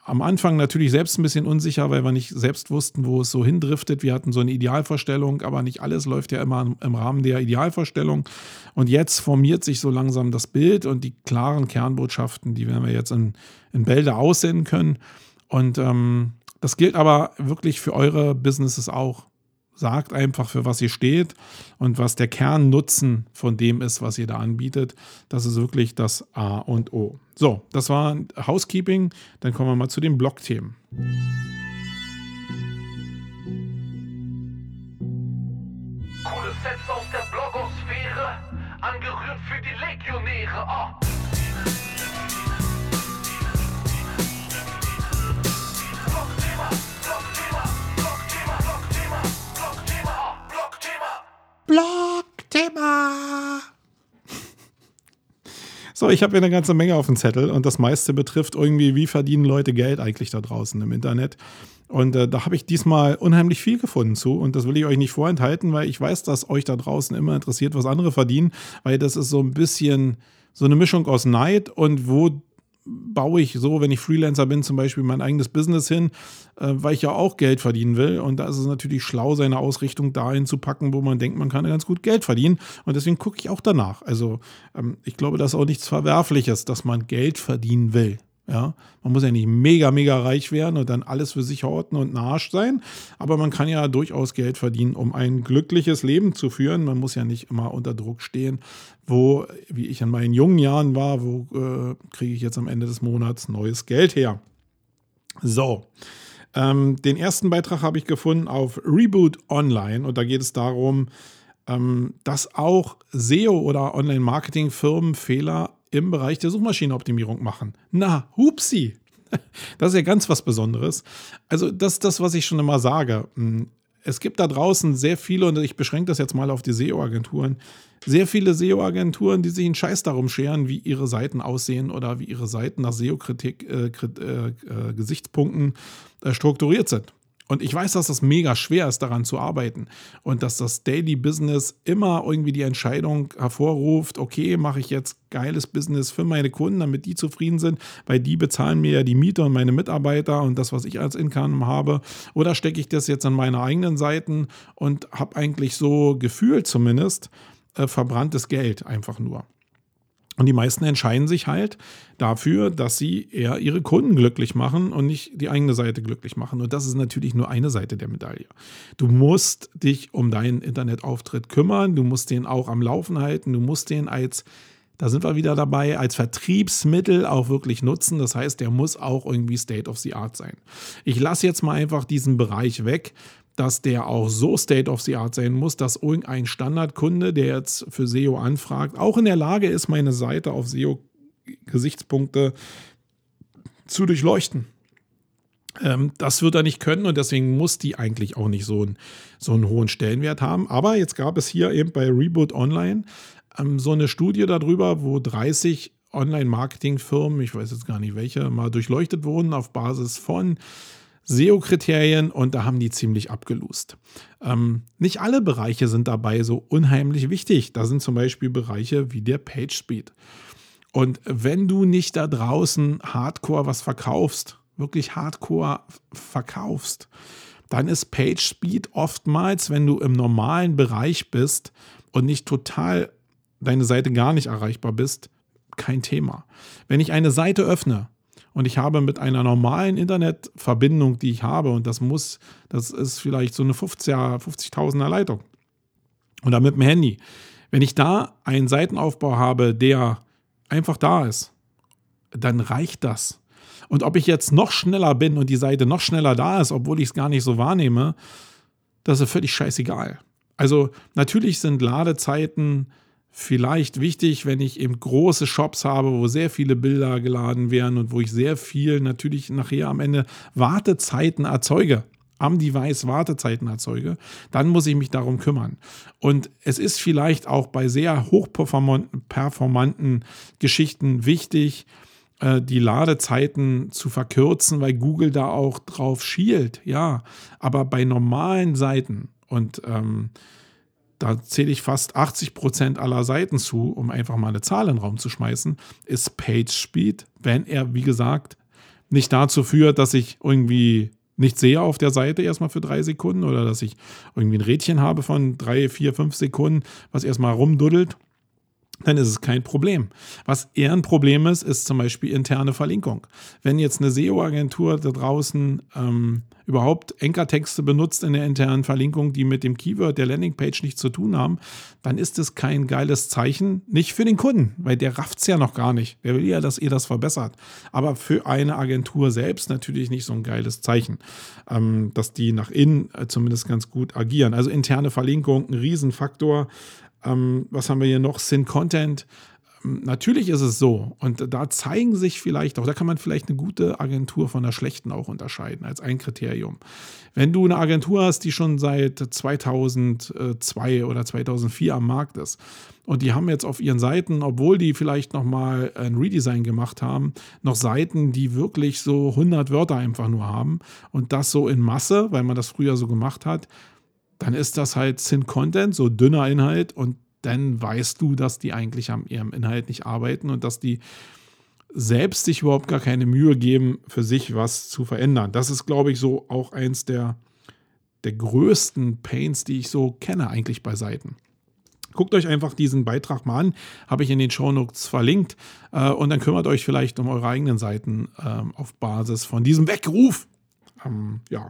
am Anfang natürlich selbst ein bisschen unsicher, weil wir nicht selbst wussten, wo es so hindriftet. Wir hatten so eine Idealvorstellung, aber nicht alles läuft ja immer im Rahmen der Idealvorstellung. Und jetzt formiert sich so langsam das Bild und die klaren Kernbotschaften, die werden wir jetzt in, in Bälde aussenden können. Und ähm, das gilt aber wirklich für eure Businesses auch. Sagt einfach, für was ihr steht und was der Kernnutzen von dem ist, was ihr da anbietet. Das ist wirklich das A und O. So, das war Housekeeping. Dann kommen wir mal zu den Blog-Themen. Coole Sets aus der Blogosphäre, angerührt für die Legionäre. Oh. Blogthema, Blogthema, Blogthema, Blogthema, Blogthema, Blogthema. Blogthema. So, ich habe hier eine ganze Menge auf dem Zettel und das meiste betrifft irgendwie, wie verdienen Leute Geld eigentlich da draußen im Internet. Und äh, da habe ich diesmal unheimlich viel gefunden zu und das will ich euch nicht vorenthalten, weil ich weiß, dass euch da draußen immer interessiert, was andere verdienen, weil das ist so ein bisschen so eine Mischung aus Neid und wo baue ich so, wenn ich Freelancer bin, zum Beispiel mein eigenes Business hin, äh, weil ich ja auch Geld verdienen will. Und da ist es natürlich schlau, seine Ausrichtung dahin zu packen, wo man denkt, man kann ganz gut Geld verdienen. Und deswegen gucke ich auch danach. Also ähm, ich glaube, das ist auch nichts Verwerfliches, dass man Geld verdienen will. Ja, man muss ja nicht mega, mega reich werden und dann alles für sich horten und ein Arsch sein. Aber man kann ja durchaus Geld verdienen, um ein glückliches Leben zu führen. Man muss ja nicht immer unter Druck stehen, wo, wie ich in meinen jungen Jahren war, wo äh, kriege ich jetzt am Ende des Monats neues Geld her. So, ähm, den ersten Beitrag habe ich gefunden auf Reboot Online und da geht es darum, ähm, dass auch S E O oder Online-Marketing-Firmen Fehler im Bereich der Suchmaschinenoptimierung machen. Na, hupsi! Das ist ja ganz was Besonderes. Also das ist das, was ich schon immer sage. Es gibt da draußen sehr viele, und ich beschränke das jetzt mal auf die S E O-Agenturen, sehr viele S E O-Agenturen, die sich einen Scheiß darum scheren, wie ihre Seiten aussehen oder wie ihre Seiten nach S E O-Kritik, äh, äh, äh, Gesichtspunkten äh, strukturiert sind. Und ich weiß, dass das mega schwer ist, daran zu arbeiten und dass das Daily Business immer irgendwie die Entscheidung hervorruft, okay, mache ich jetzt geiles Business für meine Kunden, damit die zufrieden sind, weil die bezahlen mir ja die Miete und meine Mitarbeiter und das, was ich als Income habe, oder stecke ich das jetzt an meine eigenen Seiten und habe eigentlich so gefühlt zumindest äh, verbranntes Geld einfach nur. Und die meisten entscheiden sich halt dafür, dass sie eher ihre Kunden glücklich machen und nicht die eigene Seite glücklich machen. Und das ist natürlich nur eine Seite der Medaille. Du musst dich um deinen Internetauftritt kümmern, du musst den auch am Laufen halten, du musst den als, da sind wir wieder dabei, als Vertriebsmittel auch wirklich nutzen. Das heißt, der muss auch irgendwie State of the Art sein. Ich lasse jetzt mal einfach diesen Bereich weg, dass der auch so State of the Art sein muss, dass irgendein Standardkunde, der jetzt für S E O anfragt, auch in der Lage ist, meine Seite auf S E O-Gesichtspunkte zu durchleuchten. Ähm, das wird er nicht können und deswegen muss die eigentlich auch nicht so, ein, so einen hohen Stellenwert haben. Aber jetzt gab es hier eben bei Reboot Online ähm, so eine Studie darüber, wo dreißig Online-Marketing-Firmen, ich weiß jetzt gar nicht welche, mal durchleuchtet wurden auf Basis von S E O-Kriterien und da haben die ziemlich abgelust. Ähm, nicht alle Bereiche sind dabei so unheimlich wichtig. Da sind zum Beispiel Bereiche wie der PageSpeed. Und wenn du nicht da draußen Hardcore was verkaufst, wirklich Hardcore verkaufst, dann ist PageSpeed oftmals, wenn du im normalen Bereich bist und nicht total deine Seite gar nicht erreichbar bist, kein Thema. Wenn ich eine Seite öffne, und ich habe mit einer normalen Internetverbindung, die ich habe, und das muss, das ist vielleicht so eine fünfzigtausender Leitung oder mit dem Handy. Wenn ich da einen Seitenaufbau habe, der einfach da ist, dann reicht das. Und ob ich jetzt noch schneller bin und die Seite noch schneller da ist, obwohl ich es gar nicht so wahrnehme, das ist völlig scheißegal. Also natürlich sind Ladezeiten vielleicht wichtig, wenn ich eben große Shops habe, wo sehr viele Bilder geladen werden und wo ich sehr viel natürlich nachher am Ende Wartezeiten erzeuge, am Device Wartezeiten erzeuge, dann muss ich mich darum kümmern. Und es ist vielleicht auch bei sehr hochperformanten Geschichten wichtig, die Ladezeiten zu verkürzen, weil Google da auch drauf schielt, ja. Aber bei normalen Seiten und ähm, da zähle ich fast achtzig Prozent aller Seiten zu, um einfach mal eine Zahl in den Raum zu schmeißen, ist PageSpeed, wenn er, wie gesagt, nicht dazu führt, dass ich irgendwie nicht sehe auf der Seite erstmal für drei Sekunden oder dass ich irgendwie ein Rädchen habe von drei, vier, fünf Sekunden, was erstmal rumduddelt, dann ist es kein Problem. Was eher ein Problem ist, ist zum Beispiel interne Verlinkung. Wenn jetzt eine S E O-Agentur da draußen ähm, überhaupt Anchor-Texte benutzt in der internen Verlinkung, die mit dem Keyword der Landingpage nichts zu tun haben, dann ist es kein geiles Zeichen, nicht für den Kunden, weil der rafft es ja noch gar nicht. Der will ja, dass ihr das verbessert. Aber für eine Agentur selbst natürlich nicht so ein geiles Zeichen, ähm, dass die nach innen äh, zumindest ganz gut agieren. Also interne Verlinkung, ein Riesenfaktor. Ähm, was haben wir hier noch? Syn-Content. Ähm, natürlich ist es so, und da zeigen sich vielleicht auch, da kann man vielleicht eine gute Agentur von einer schlechten auch unterscheiden, als ein Kriterium. Wenn du eine Agentur hast, die schon seit zweitausendzwei oder zweitausendvier am Markt ist und die haben jetzt auf ihren Seiten, obwohl die vielleicht nochmal ein Redesign gemacht haben, noch Seiten, die wirklich so hundert Wörter einfach nur haben und das so in Masse, weil man das früher so gemacht hat, dann ist das halt Syn-Content, so dünner Inhalt, und dann weißt du, dass die eigentlich an ihrem Inhalt nicht arbeiten und dass die selbst sich überhaupt gar keine Mühe geben, für sich was zu verändern. Das ist, glaube ich, so auch eins der, der größten Pains, die ich so kenne eigentlich bei Seiten. Guckt euch einfach diesen Beitrag mal an, habe ich in den Shownotes verlinkt, äh, und dann kümmert euch vielleicht um eure eigenen Seiten ähm, auf Basis von diesem Weckruf. Ähm, ja,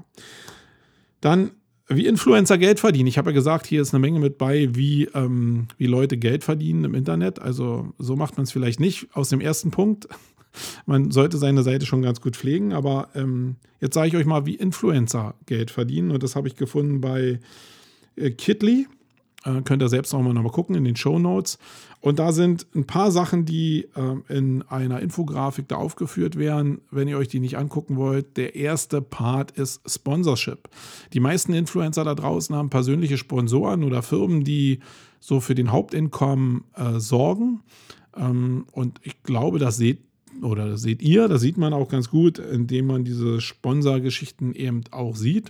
dann wie Influencer Geld verdienen. Ich habe ja gesagt, hier ist eine Menge mit bei, wie, ähm, wie Leute Geld verdienen im Internet. Also so macht man es vielleicht nicht aus dem ersten Punkt. Man sollte seine Seite schon ganz gut pflegen, aber ähm, jetzt sage ich euch mal, wie Influencer Geld verdienen. Und das habe ich gefunden bei äh, Kitly. Äh, könnt ihr selbst auch mal noch mal gucken in den Shownotes. Und da sind ein paar Sachen, die äh, in einer Infografik da aufgeführt werden, wenn ihr euch die nicht angucken wollt. Der erste Part ist Sponsorship. Die meisten Influencer da draußen haben persönliche Sponsoren oder Firmen, die so für den Haupteinkommen äh, sorgen. Ähm, und ich glaube, das seht oder das seht ihr, das sieht man auch ganz gut, indem man diese Sponsorgeschichten eben auch sieht.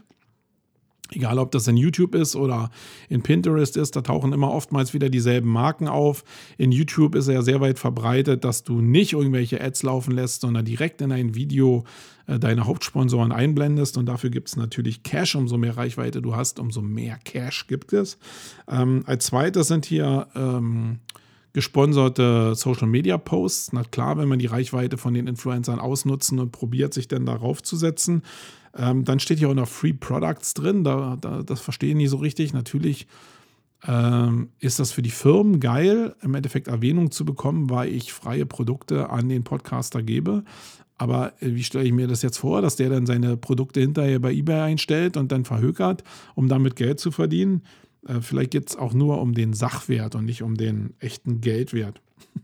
Egal, ob das in YouTube ist oder in Pinterest ist, da tauchen immer oftmals wieder dieselben Marken auf. In YouTube ist er ja sehr weit verbreitet, dass du nicht irgendwelche Ads laufen lässt, sondern direkt in ein Video äh, deine Hauptsponsoren einblendest. Und dafür gibt es natürlich Cash. Umso mehr Reichweite du hast, umso mehr Cash gibt es. Ähm, als zweites sind hier ähm, gesponserte Social-Media-Posts. Na klar, wenn man die Reichweite von den Influencern ausnutzen und probiert, sich dann darauf zu setzen. Ähm, dann steht hier auch noch Free Products drin. Da, da, das verstehen die so richtig. Natürlich ähm, ist das für die Firmen geil, im Endeffekt Erwähnung zu bekommen, weil ich freie Produkte an den Podcaster gebe. Aber äh, wie stelle ich mir das jetzt vor, dass der dann seine Produkte hinterher bei eBay einstellt und dann verhökert, um damit Geld zu verdienen? Äh, vielleicht geht es auch nur um den Sachwert und nicht um den echten Geldwert.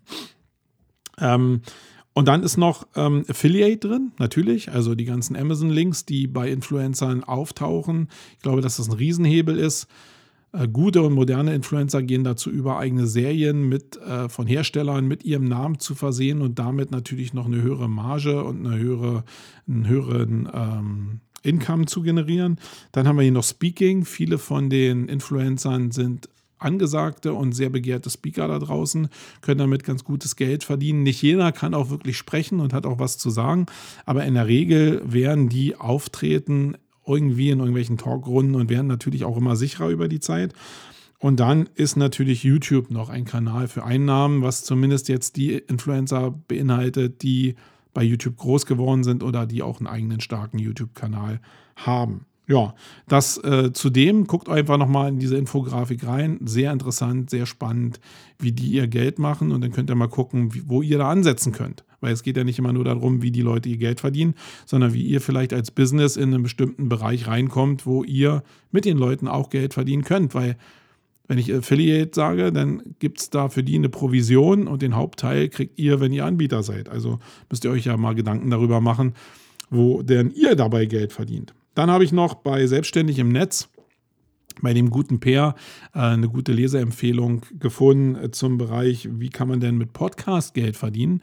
ähm, Und dann ist noch ähm, Affiliate drin, natürlich, also die ganzen Amazon-Links, die bei Influencern auftauchen. Ich glaube, dass das ein Riesenhebel ist. Äh, gute und moderne Influencer gehen dazu über, eigene Serien mit, äh, von Herstellern mit ihrem Namen zu versehen und damit natürlich noch eine höhere Marge und eine höhere, einen höheren ähm, Income zu generieren. Dann haben wir hier noch Speaking. Viele von den Influencern sind angesagte und sehr begehrte Speaker da draußen, können damit ganz gutes Geld verdienen. Nicht jeder kann auch wirklich sprechen und hat auch was zu sagen, aber in der Regel werden die auftreten irgendwie in irgendwelchen Talkrunden und werden natürlich auch immer sicherer über die Zeit. Und dann ist natürlich YouTube noch ein Kanal für Einnahmen, was zumindest jetzt die Influencer beinhaltet, die bei YouTube groß geworden sind oder die auch einen eigenen starken YouTube-Kanal haben. Ja, das äh, zudem, guckt einfach nochmal in diese Infografik rein. Sehr interessant, sehr spannend, wie die ihr Geld machen. Und dann könnt ihr mal gucken, wie, wo ihr da ansetzen könnt. Weil es geht ja nicht immer nur darum, wie die Leute ihr Geld verdienen, sondern wie ihr vielleicht als Business in einen bestimmten Bereich reinkommt, wo ihr mit den Leuten auch Geld verdienen könnt. Weil wenn ich Affiliate sage, dann gibt es da für die eine Provision und den Hauptteil kriegt ihr, wenn ihr Anbieter seid. Also müsst ihr euch ja mal Gedanken darüber machen, wo denn ihr dabei Geld verdient. Dann habe ich noch bei Selbstständig im Netz, bei dem guten Peer, äh, eine gute Leseempfehlung gefunden äh, zum Bereich, wie kann man denn mit Podcast Geld verdienen.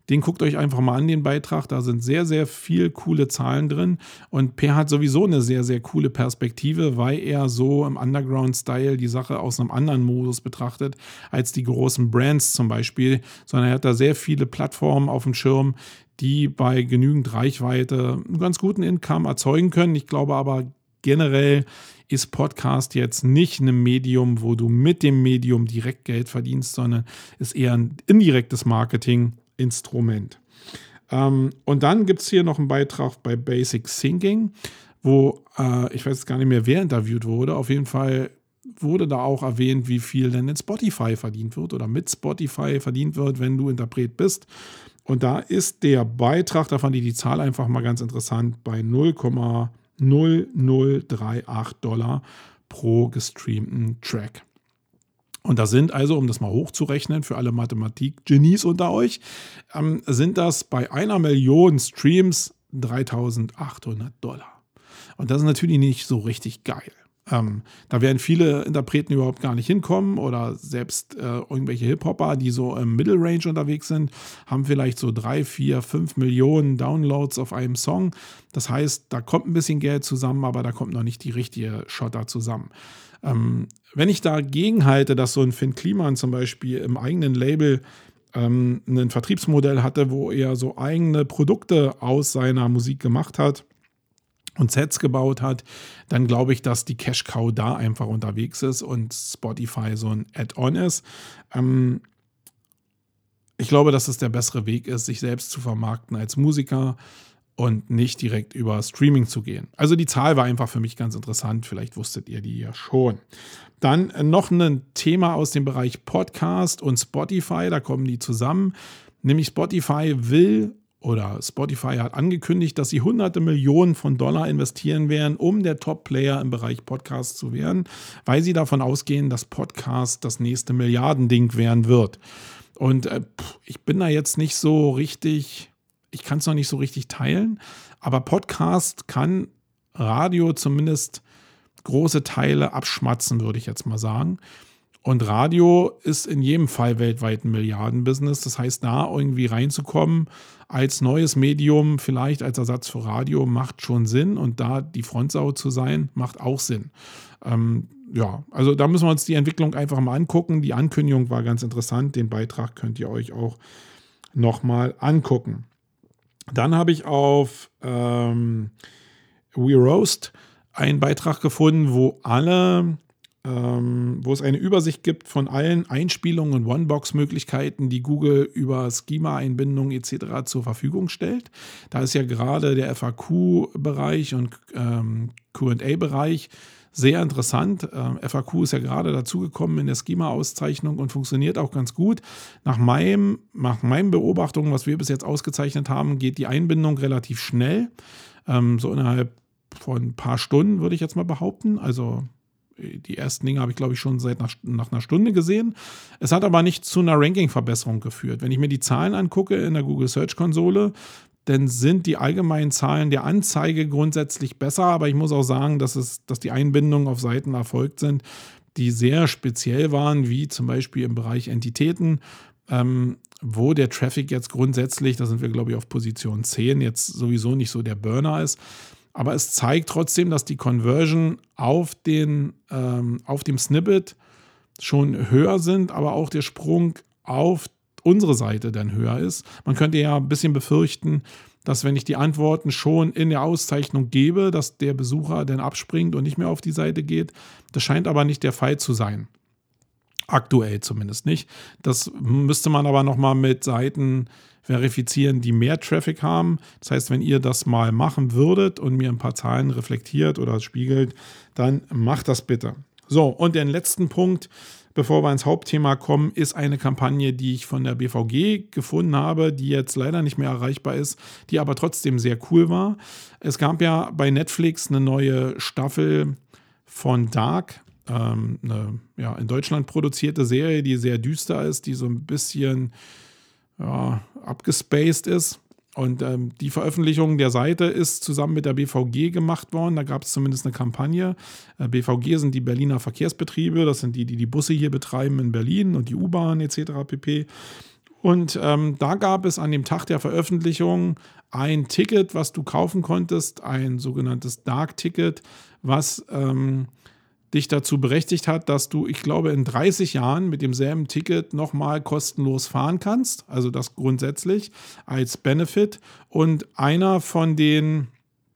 Den guckt euch einfach mal an, den Beitrag. Da sind sehr, sehr viel coole Zahlen drin. Und Per hat sowieso eine sehr, sehr coole Perspektive, weil er so im Underground-Style die Sache aus einem anderen Modus betrachtet, als die großen Brands zum Beispiel. Sondern er hat da sehr viele Plattformen auf dem Schirm, die bei genügend Reichweite einen ganz guten Income erzeugen können. Ich glaube aber generell ist Podcast jetzt nicht ein Medium, wo du mit dem Medium direkt Geld verdienst, sondern ist eher ein indirektes Marketinginstrument. Ähm, und dann gibt es hier noch einen Beitrag bei Basic Thinking, wo, äh, ich weiß gar nicht mehr, wer interviewt wurde. Auf jeden Fall wurde da auch erwähnt, wie viel denn in Spotify verdient wird oder mit Spotify verdient wird, wenn du Interpret bist. Und da ist der Beitrag, da fand ich die Zahl einfach mal ganz interessant, bei null Komma null null drei acht Dollar pro gestreamten Track. Und da sind also, um das mal hochzurechnen für alle Mathematik-Genies unter euch, ähm, sind das bei einer Million Streams dreitausendachthundert Dollar. Und das ist natürlich nicht so richtig geil. Ähm, da werden viele Interpreten überhaupt gar nicht hinkommen oder selbst äh, irgendwelche Hip-Hopper, die so im Middle Range unterwegs sind, haben vielleicht so drei, vier, fünf Millionen Downloads auf einem Song. Das heißt, da kommt ein bisschen Geld zusammen, aber da kommt noch nicht die richtige Schotter zusammen. Ähm, wenn ich dagegen halte, dass so ein Finn Kliman zum Beispiel im eigenen Label ähm, ein Vertriebsmodell hatte, wo er so eigene Produkte aus seiner Musik gemacht hat, und Sets gebaut hat, dann glaube ich, dass die Cash Cow da einfach unterwegs ist und Spotify so ein Add-on ist. Ähm ich glaube, dass es der bessere Weg ist, sich selbst zu vermarkten als Musiker und nicht direkt über Streaming zu gehen. Also die Zahl war einfach für mich ganz interessant. Vielleicht wusstet ihr die ja schon. Dann noch ein Thema aus dem Bereich Podcast und Spotify. Da kommen die zusammen. Nämlich Spotify will Oder Spotify hat angekündigt, dass sie hunderte Millionen von Dollar investieren werden, um der Top-Player im Bereich Podcast zu werden, weil sie davon ausgehen, dass Podcast das nächste Milliardending werden wird. Und äh, ich bin da jetzt nicht so richtig, ich kann es noch nicht so richtig teilen, aber Podcast kann Radio zumindest große Teile abschmatzen, würde ich jetzt mal sagen. Und Radio ist in jedem Fall weltweit ein Milliardenbusiness. Das heißt, da irgendwie reinzukommen als neues Medium, vielleicht als Ersatz für Radio, macht schon Sinn. Und da die Frontsau zu sein, macht auch Sinn. Ähm, ja, also da müssen wir uns die Entwicklung einfach mal angucken. Die Ankündigung war ganz interessant. Den Beitrag könnt ihr euch auch nochmal angucken. Dann habe ich auf ähm, We Roast einen Beitrag gefunden, wo alle... wo es eine Übersicht gibt von allen Einspielungen und One-Box-Möglichkeiten, die Google über Schema-Einbindungen et cetera zur Verfügung stellt. Da ist ja gerade der F A Q-Bereich und ähm, Q und A-Bereich sehr interessant. Ähm, F A Q ist ja gerade dazugekommen in der Schema-Auszeichnung und funktioniert auch ganz gut. Nach, meinem, nach meinen Beobachtungen, was wir bis jetzt ausgezeichnet haben, geht die Einbindung relativ schnell. Ähm, so innerhalb von ein paar Stunden, würde ich jetzt mal behaupten. Also die ersten Dinge habe ich, glaube ich, schon seit nach, nach einer Stunde gesehen. Es hat aber nicht zu einer Ranking-Verbesserung geführt. Wenn ich mir die Zahlen angucke in der Google Search-Konsole, dann sind die allgemeinen Zahlen der Anzeige grundsätzlich besser. Aber ich muss auch sagen, dass, es, dass die Einbindungen auf Seiten erfolgt sind, die sehr speziell waren, wie zum Beispiel im Bereich Entitäten, ähm, wo der Traffic jetzt grundsätzlich, da sind wir, glaube ich, auf Position zehn, jetzt sowieso nicht so der Burner ist. Aber es zeigt trotzdem, dass die Conversion auf, den, ähm, auf dem Snippet schon höher sind, aber auch der Sprung auf unsere Seite dann höher ist. Man könnte ja ein bisschen befürchten, dass wenn ich die Antworten schon in der Auszeichnung gebe, dass der Besucher dann abspringt und nicht mehr auf die Seite geht. Das scheint aber nicht der Fall zu sein. Aktuell zumindest nicht. Das müsste man aber nochmal mit Seiten verifizieren, die mehr Traffic haben. Das heißt, wenn ihr das mal machen würdet und mir ein paar Zahlen reflektiert oder spiegelt, dann macht das bitte. So, und den letzten Punkt, bevor wir ins Hauptthema kommen, ist eine Kampagne, die ich von der B V G gefunden habe, die jetzt leider nicht mehr erreichbar ist, die aber trotzdem sehr cool war. Es gab ja bei Netflix eine neue Staffel von Dark, ähm, eine ja, in Deutschland produzierte Serie, die sehr düster ist, die so ein bisschen ja, abgespaced ist. Und ähm, die Veröffentlichung der Seite ist zusammen mit der B V G gemacht worden. Da gab es zumindest eine Kampagne. Äh, B V G sind die Berliner Verkehrsbetriebe. Das sind die, die die Busse hier betreiben in Berlin und die U-Bahn et cetera pp. Und ähm, da gab es an dem Tag der Veröffentlichung ein Ticket, was du kaufen konntest, ein sogenanntes Dark-Ticket, was ähm, dich dazu berechtigt hat, dass du, ich glaube, in dreißig Jahren mit demselben Ticket nochmal kostenlos fahren kannst. Also das grundsätzlich als Benefit. Und einer von den,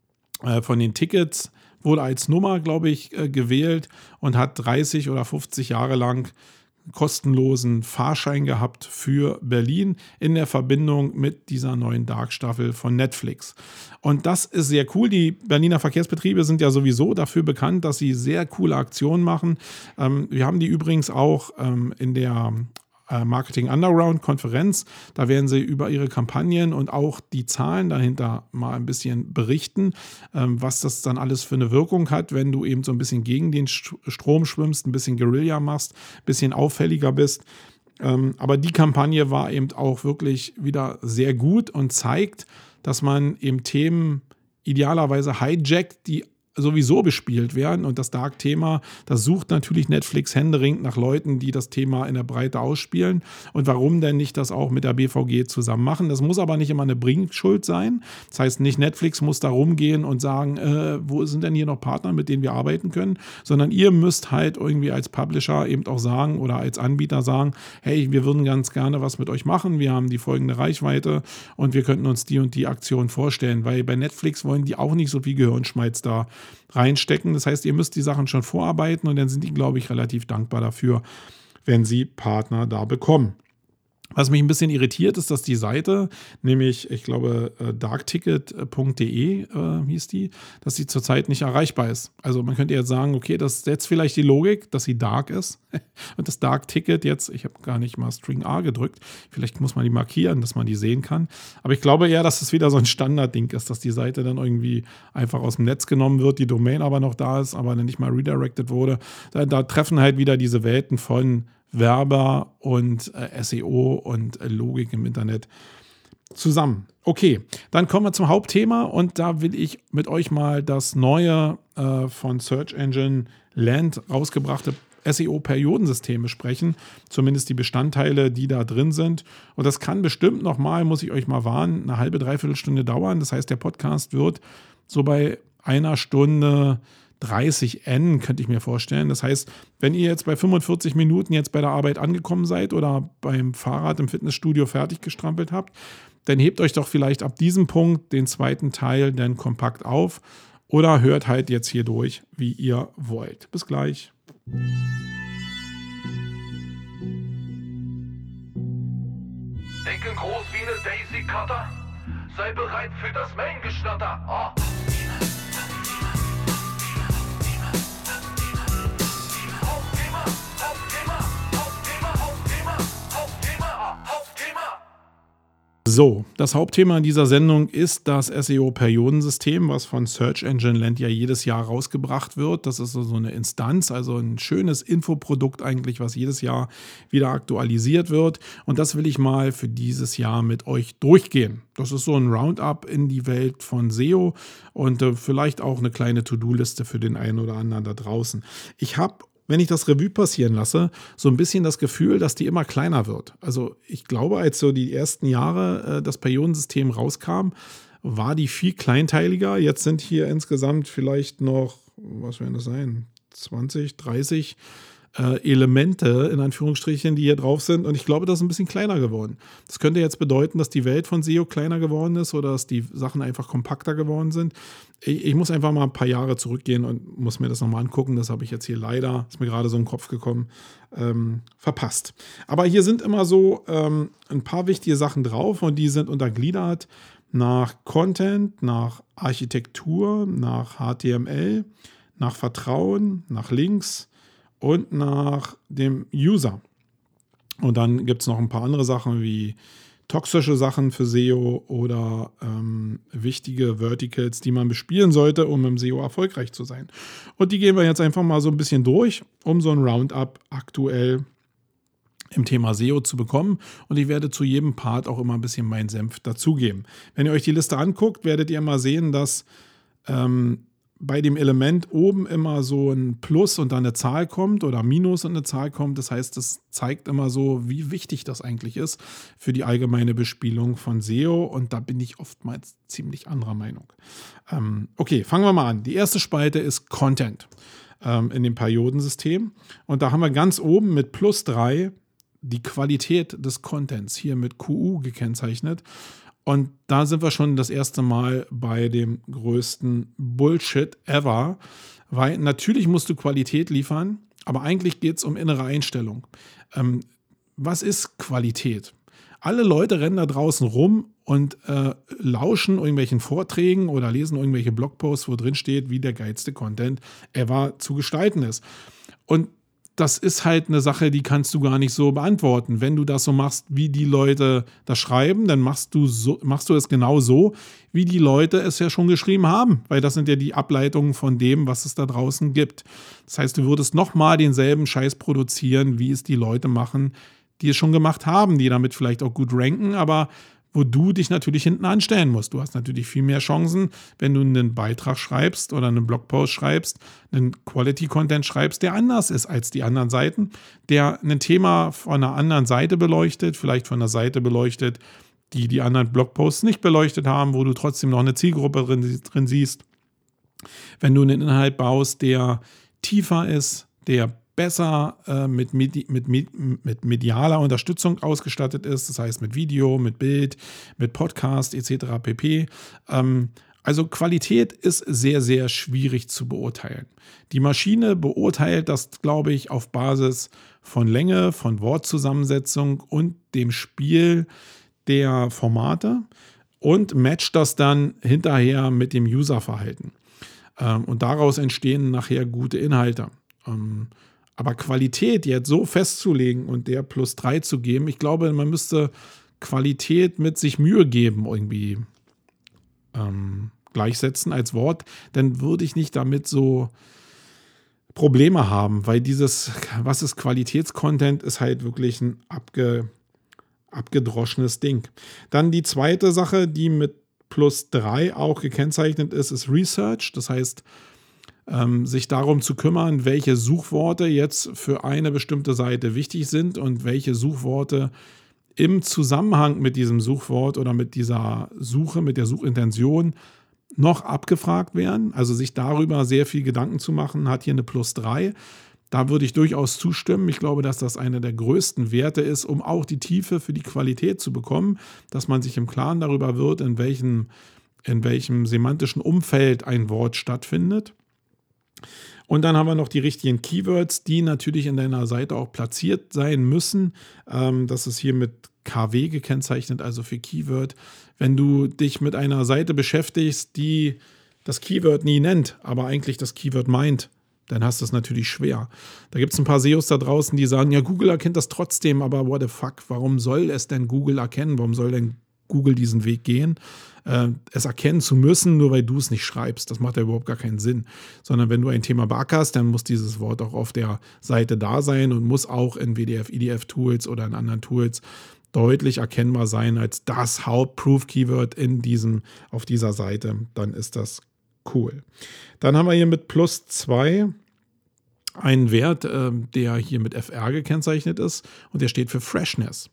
äh, von den Tickets wurde als Nummer, glaube ich, äh, gewählt und hat dreißig oder fünfzig Jahre lang kostenlosen Fahrschein gehabt für Berlin in der Verbindung mit dieser neuen Dark-Staffel von Netflix. Und das ist sehr cool. Die Berliner Verkehrsbetriebe sind ja sowieso dafür bekannt, dass sie sehr coole Aktionen machen. Ähm, wir haben die übrigens auch ähm, in der Marketing Underground Konferenz. Da werden sie über ihre Kampagnen und auch die Zahlen dahinter mal ein bisschen berichten, ähm, was das dann alles für eine Wirkung hat, wenn du eben so ein bisschen gegen den Strom schwimmst, ein bisschen Guerilla machst, ein bisschen auffälliger bist. Ähm, aber die Kampagne war eben auch wirklich wieder sehr gut und zeigt, dass man eben Themen idealerweise hijackt, die sowieso bespielt werden. Und das Dark-Thema, das sucht natürlich Netflix händeringend nach Leuten, die das Thema in der Breite ausspielen. Und warum denn nicht das auch mit der B V G zusammen machen? Das muss aber nicht immer eine Bringschuld sein. Das heißt, nicht Netflix muss da rumgehen und sagen, äh, wo sind denn hier noch Partner, mit denen wir arbeiten können, sondern ihr müsst halt irgendwie als Publisher eben auch sagen oder als Anbieter sagen, hey, wir würden ganz gerne was mit euch machen, wir haben die folgende Reichweite und wir könnten uns die und die Aktion vorstellen, weil bei Netflix wollen die auch nicht so viel Gehirnschmalz da reinstecken. Das heißt, ihr müsst die Sachen schon vorarbeiten und dann sind die, glaube ich, relativ dankbar dafür, wenn sie Partner da bekommen. Was mich ein bisschen irritiert, ist, dass die Seite, nämlich, ich glaube, darkticket punkt de äh, hieß die, dass sie zurzeit nicht erreichbar ist. Also man könnte jetzt sagen, okay, das ist jetzt vielleicht die Logik, dass sie dark ist. Und das Dark-Ticket jetzt, ich habe gar nicht mal String A gedrückt, vielleicht muss man die markieren, dass man die sehen kann. Aber ich glaube eher, dass es wieder so ein Standardding ist, dass die Seite dann irgendwie einfach aus dem Netz genommen wird, die Domain aber noch da ist, aber dann nicht mal redirected wurde. Da, da treffen halt wieder diese Welten von Werber und äh, S E O und äh, Logik im Internet zusammen. Okay, dann kommen wir zum Hauptthema und da will ich mit euch mal das neue äh, von Search Engine Land rausgebrachte S E O-Periodensystem besprechen, zumindest die Bestandteile, die da drin sind. Und das kann bestimmt nochmal, muss ich euch mal warnen, eine halbe, dreiviertel Stunde dauern. Das heißt, der Podcast wird so bei einer Stunde dreißig N, könnte ich mir vorstellen. Das heißt, wenn ihr jetzt bei fünfundvierzig Minuten jetzt bei der Arbeit angekommen seid oder beim Fahrrad im Fitnessstudio fertig gestrampelt habt, dann hebt euch doch vielleicht ab diesem Punkt den zweiten Teil dann kompakt auf oder hört halt jetzt hier durch, wie ihr wollt. Bis gleich. Denken groß wie eine Daisy Cutter. Sei bereit für das Main-Geschnatter. Oh. So, das Hauptthema in dieser Sendung ist das S E O-Periodensystem, was von Search Engine Land ja jedes Jahr rausgebracht wird. Das ist so eine Instanz, also ein schönes Infoprodukt eigentlich, was jedes Jahr wieder aktualisiert wird. Und das will ich mal für dieses Jahr mit euch durchgehen. Das ist so ein Roundup in die Welt von S E O und äh, vielleicht auch eine kleine To-Do-Liste für den einen oder anderen da draußen. Ich habe, wenn ich das Revue passieren lasse, so ein bisschen das Gefühl, dass die immer kleiner wird. Also ich glaube, als so die ersten Jahre äh, das Periodensystem rauskam, war die viel kleinteiliger. Jetzt sind hier insgesamt vielleicht noch, was werden das sein, zwanzig, dreißig äh, Elemente in Anführungsstrichen, die hier drauf sind. Und ich glaube, das ist ein bisschen kleiner geworden. Das könnte jetzt bedeuten, dass die Welt von S E O kleiner geworden ist oder dass die Sachen einfach kompakter geworden sind. Ich, ich muss einfach mal ein paar Jahre zurückgehen und muss mir das nochmal angucken. Das habe ich jetzt hier leider, ist mir gerade so in den Kopf gekommen, ähm, verpasst. Aber hier sind immer so ähm, ein paar wichtige Sachen drauf und die sind untergliedert nach Content, nach Architektur, nach H T M L, nach Vertrauen, nach Links und nach dem User. Und dann gibt es noch ein paar andere Sachen wie toxische Sachen für S E O oder ähm, wichtige Verticals, die man bespielen sollte, um im S E O erfolgreich zu sein. Und die gehen wir jetzt einfach mal so ein bisschen durch, um so ein Roundup aktuell im Thema S E O zu bekommen. Und ich werde zu jedem Part auch immer ein bisschen meinen Senf dazugeben. Wenn ihr euch die Liste anguckt, werdet ihr mal sehen, dass ähm, bei dem Element oben immer so ein Plus und dann eine Zahl kommt oder Minus und eine Zahl kommt. Das heißt, das zeigt immer so, wie wichtig das eigentlich ist für die allgemeine Bespielung von S E O. Und da bin ich oftmals ziemlich anderer Meinung. Ähm, okay, fangen wir mal an. Die erste Spalte ist Content ähm, in dem Periodensystem. Und da haben wir ganz oben mit plus drei die Qualität des Contents hier mit Q U gekennzeichnet. Und da sind wir schon das erste Mal bei dem größten Bullshit ever, weil natürlich musst du Qualität liefern, aber eigentlich geht es um innere Einstellung. Ähm, was ist Qualität? Alle Leute rennen da draußen rum und äh, lauschen irgendwelchen Vorträgen oder lesen irgendwelche Blogposts, wo drin steht, wie der geilste Content ever zu gestalten ist. Und das ist halt eine Sache, die kannst du gar nicht so beantworten. Wenn du das so machst, wie die Leute das schreiben, dann machst du, so, machst du es genau so, wie die Leute es ja schon geschrieben haben. Weil das sind ja die Ableitungen von dem, was es da draußen gibt. Das heißt, du würdest nochmal denselben Scheiß produzieren, wie es die Leute machen, die es schon gemacht haben, die damit vielleicht auch gut ranken, aber wo du dich natürlich hinten anstellen musst. Du hast natürlich viel mehr Chancen, wenn du einen Beitrag schreibst oder einen Blogpost schreibst, einen Quality-Content schreibst, der anders ist als die anderen Seiten, der ein Thema von einer anderen Seite beleuchtet, vielleicht von einer Seite beleuchtet, die die anderen Blogposts nicht beleuchtet haben, wo du trotzdem noch eine Zielgruppe drin, drin siehst. Wenn du einen Inhalt baust, der tiefer ist, der besser äh, mit, Medi- mit, mit medialer Unterstützung ausgestattet ist, das heißt mit Video, mit Bild, mit Podcast et cetera pp. Ähm, also Qualität ist sehr, sehr schwierig zu beurteilen. Die Maschine beurteilt das, glaube ich, auf Basis von Länge, von Wortzusammensetzung und dem Spiel der Formate und matcht das dann hinterher mit dem Userverhalten. Ähm, und daraus entstehen nachher gute Inhalte. Ähm, Aber Qualität jetzt so festzulegen und der plus drei zu geben, ich glaube, man müsste Qualität mit sich Mühe geben irgendwie ähm, gleichsetzen als Wort. Dann würde ich nicht damit so Probleme haben, weil dieses, was ist Qualitätscontent, ist halt wirklich ein abge, abgedroschenes Ding. Dann die zweite Sache, die mit plus drei auch gekennzeichnet ist, ist Research. Das heißt, Ähm, sich darum zu kümmern, welche Suchworte jetzt für eine bestimmte Seite wichtig sind und welche Suchworte im Zusammenhang mit diesem Suchwort oder mit dieser Suche, mit der Suchintention noch abgefragt werden. Also sich darüber sehr viel Gedanken zu machen, hat hier eine plus drei. Da würde ich durchaus zustimmen. Ich glaube, dass das einer der größten Werte ist, um auch die Tiefe für die Qualität zu bekommen, dass man sich im Klaren darüber wird, in welchem, in welchem semantischen Umfeld ein Wort stattfindet. Und dann haben wir noch die richtigen Keywords, die natürlich in deiner Seite auch platziert sein müssen. Ähm, das ist hier mit K W gekennzeichnet, also für Keyword. Wenn du dich mit einer Seite beschäftigst, die das Keyword nie nennt, aber eigentlich das Keyword meint, dann hast du es natürlich schwer. Da gibt es ein paar S E Os da draußen, die sagen, ja, Google erkennt das trotzdem, aber what the fuck, warum soll es denn Google erkennen? Warum soll denn Google diesen Weg gehen? Äh, es erkennen zu müssen, nur weil du es nicht schreibst. Das macht ja überhaupt gar keinen Sinn. Sondern wenn du ein Thema beackerst, dann muss dieses Wort auch auf der Seite da sein und muss auch in W D F, I D F-Tools oder in anderen Tools deutlich erkennbar sein als das Hauptproof-Keyword in diesem, auf dieser Seite. Dann ist das cool. Dann haben wir hier mit plus zwei einen Wert, äh, der hier mit F R gekennzeichnet ist und der steht für Freshness.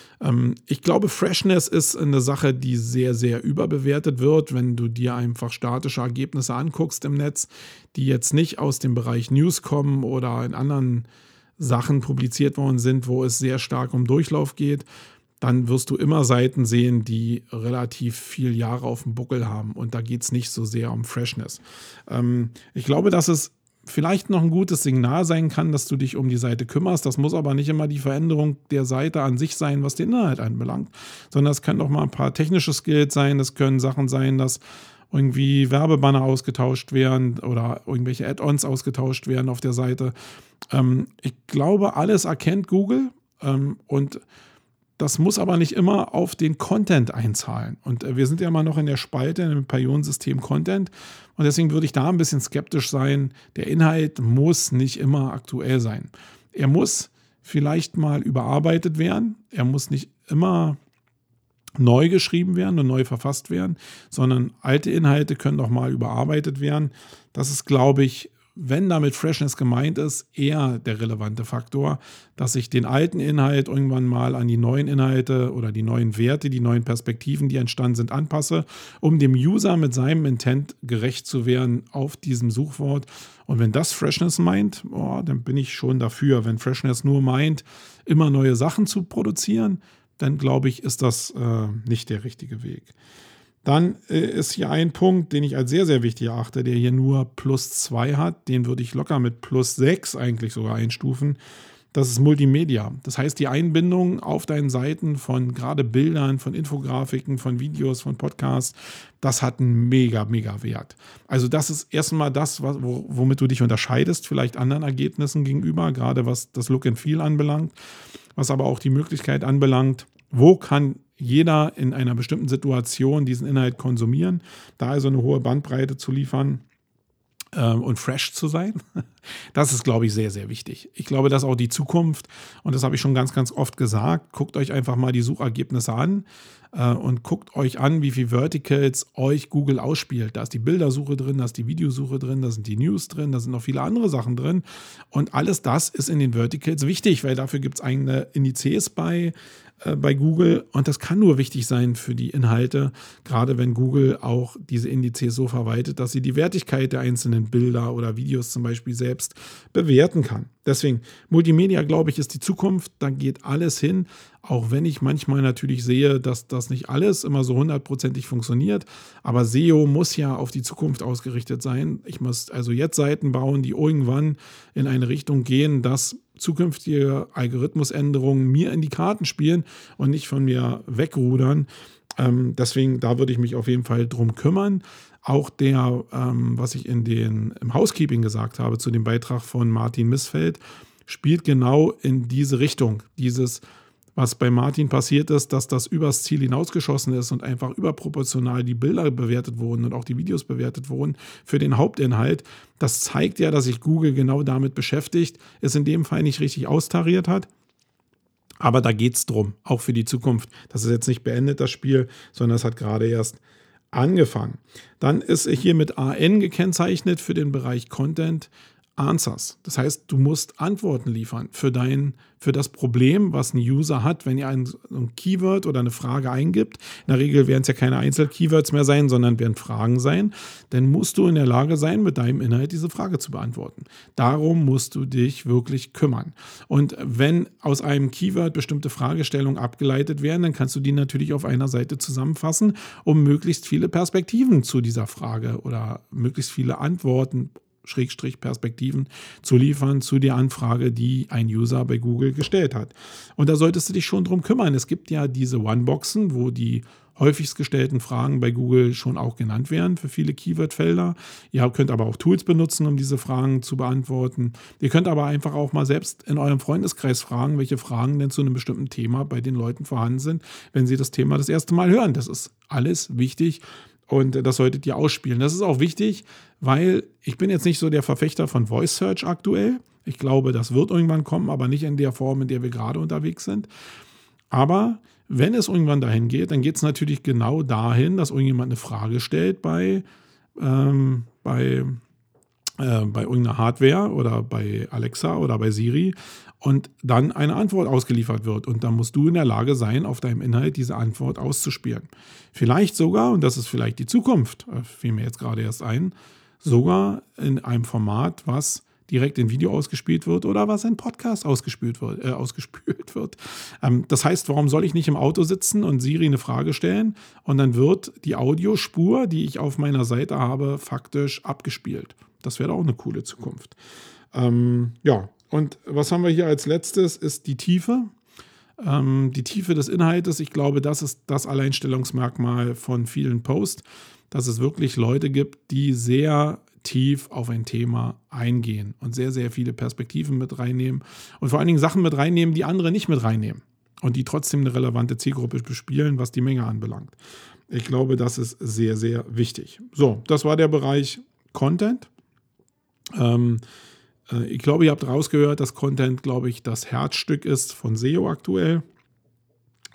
Ich glaube, Freshness ist eine Sache, die sehr, sehr überbewertet wird, wenn du dir einfach statische Ergebnisse anguckst im Netz, die jetzt nicht aus dem Bereich News kommen oder in anderen Sachen publiziert worden sind, wo es sehr stark um Durchlauf geht. Dann wirst du immer Seiten sehen, die relativ viel Jahre auf dem Buckel haben. Und da geht es nicht so sehr um Freshness. Ich glaube, dass es vielleicht noch ein gutes Signal sein kann, dass du dich um die Seite kümmerst. Das muss aber nicht immer die Veränderung der Seite an sich sein, was den Inhalt anbelangt, sondern es können auch mal ein paar technische Skills sein. Das können Sachen sein, dass irgendwie Werbebanner ausgetauscht werden oder irgendwelche Add-ons ausgetauscht werden auf der Seite. Ähm, ich glaube, alles erkennt Google ähm, und das muss aber nicht immer auf den Content einzahlen. Und wir sind ja immer noch in der Spalte, in dem Periodensystem Content. Und deswegen würde ich da ein bisschen skeptisch sein. Der Inhalt muss nicht immer aktuell sein. Er muss vielleicht mal überarbeitet werden. Er muss nicht immer neu geschrieben werden und neu verfasst werden, sondern alte Inhalte können auch mal überarbeitet werden. Das ist, glaube ich, wenn damit Freshness gemeint ist, eher der relevante Faktor, dass ich den alten Inhalt irgendwann mal an die neuen Inhalte oder die neuen Werte, die neuen Perspektiven, die entstanden sind, anpasse, um dem User mit seinem Intent gerecht zu werden auf diesem Suchwort. Und wenn das Freshness meint, oh, dann bin ich schon dafür. Wenn Freshness nur meint, immer neue Sachen zu produzieren, dann glaube ich, ist das äh, nicht der richtige Weg. Dann äh, ist hier ein Punkt, den ich als sehr, sehr wichtig erachte, der hier nur plus zwei hat. Den würde ich locker mit plus sechs eigentlich sogar einstufen. Das ist Multimedia. Das heißt, die Einbindung auf deinen Seiten von gerade Bildern, von Infografiken, von Videos, von Podcasts, das hat einen mega, mega Wert. Also das ist erstmal das, was, womit du dich unterscheidest, vielleicht anderen Ergebnissen gegenüber, gerade was das Look and Feel anbelangt, was aber auch die Möglichkeit anbelangt, wo kann jeder in einer bestimmten Situation diesen Inhalt konsumieren, da also eine hohe Bandbreite zu liefern äh, und fresh zu sein. Das ist, glaube ich, sehr, sehr wichtig. Ich glaube, das ist auch die Zukunft und das habe ich schon ganz, ganz oft gesagt. Guckt euch einfach mal die Suchergebnisse an äh, und guckt euch an, wie viele Verticals euch Google ausspielt. Da ist die Bildersuche drin, da ist die Videosuche drin, da sind die News drin, da sind noch viele andere Sachen drin und alles das ist in den Verticals wichtig, weil dafür gibt es eigene Indizes bei bei Google und das kann nur wichtig sein für die Inhalte, gerade wenn Google auch diese Indizes so verwaltet, dass sie die Wertigkeit der einzelnen Bilder oder Videos zum Beispiel selbst bewerten kann. Deswegen, Multimedia, glaube ich, ist die Zukunft, da geht alles hin, auch wenn ich manchmal natürlich sehe, dass das nicht alles immer so hundertprozentig funktioniert, aber S E O muss ja auf die Zukunft ausgerichtet sein. Ich muss also jetzt Seiten bauen, die irgendwann in eine Richtung gehen, dass zukünftige Algorithmusänderungen mir in die Karten spielen und nicht von mir wegrudern. Ähm, deswegen, da würde ich mich auf jeden Fall drum kümmern. Auch der, ähm, was ich in den, im Housekeeping gesagt habe, zu dem Beitrag von Martin Missfeld, spielt genau in diese Richtung. Dieses, was bei Martin passiert ist, dass das übers Ziel hinausgeschossen ist und einfach überproportional die Bilder bewertet wurden und auch die Videos bewertet wurden für den Hauptinhalt. Das zeigt ja, dass sich Google genau damit beschäftigt, es in dem Fall nicht richtig austariert hat. Aber da geht es drum, auch für die Zukunft. Das ist jetzt nicht beendet, das Spiel, sondern es hat gerade erst angefangen. Dann ist hier mit A N gekennzeichnet für den Bereich Content Answers. Das heißt, du musst Antworten liefern für dein, für das Problem, was ein User hat, wenn ihr ein, ein Keyword oder eine Frage eingibt. In der Regel werden es ja keine Einzel-Keywords mehr sein, sondern werden Fragen sein. Dann musst du in der Lage sein, mit deinem Inhalt diese Frage zu beantworten. Darum musst du dich wirklich kümmern. Und wenn aus einem Keyword bestimmte Fragestellungen abgeleitet werden, dann kannst du die natürlich auf einer Seite zusammenfassen, um möglichst viele Perspektiven zu dieser Frage oder möglichst viele Antworten Schrägstrich Perspektiven zu liefern zu der Anfrage, die ein User bei Google gestellt hat. Und da solltest du dich schon drum kümmern. Es gibt ja diese One-Boxen, wo die häufigst gestellten Fragen bei Google schon auch genannt werden für viele Keyword-Felder. Ihr könnt aber auch Tools benutzen, um diese Fragen zu beantworten. Ihr könnt aber einfach auch mal selbst in eurem Freundeskreis fragen, welche Fragen denn zu einem bestimmten Thema bei den Leuten vorhanden sind, wenn sie das Thema das erste Mal hören. Das ist alles wichtig. Und das solltet ihr ausspielen. Das ist auch wichtig, weil ich bin jetzt nicht so der Verfechter von Voice Search aktuell. Ich glaube, das wird irgendwann kommen, aber nicht in der Form, in der wir gerade unterwegs sind. Aber wenn es irgendwann dahin geht, dann geht es natürlich genau dahin, dass irgendjemand eine Frage stellt bei, ähm, bei, äh, bei irgendeiner Hardware oder bei Alexa oder bei Siri und dann eine Antwort ausgeliefert wird. Und dann musst du in der Lage sein, auf deinem Inhalt diese Antwort auszuspielen. Vielleicht sogar, und das ist vielleicht die Zukunft, fiel mir jetzt gerade erst ein, sogar in einem Format, was direkt in Video ausgespielt wird oder was in Podcast ausgespielt wird. Äh, ausgespült wird. Ähm, das heißt, warum soll ich nicht im Auto sitzen und Siri eine Frage stellen und dann wird die Audiospur, die ich auf meiner Seite habe, faktisch abgespielt. Das wäre auch eine coole Zukunft. Ähm, ja, und was haben wir hier als letztes, ist die Tiefe. Ähm, die Tiefe des Inhaltes, ich glaube, das ist das Alleinstellungsmerkmal von vielen Posts, dass es wirklich Leute gibt, die sehr tief auf ein Thema eingehen und sehr, sehr viele Perspektiven mit reinnehmen und vor allen Dingen Sachen mit reinnehmen, die andere nicht mit reinnehmen und die trotzdem eine relevante Zielgruppe bespielen, was die Menge anbelangt. Ich glaube, das ist sehr, sehr wichtig. So, das war der Bereich Content. Ähm, Ich glaube, ihr habt rausgehört, dass Content, glaube ich, das Herzstück ist von S E O aktuell.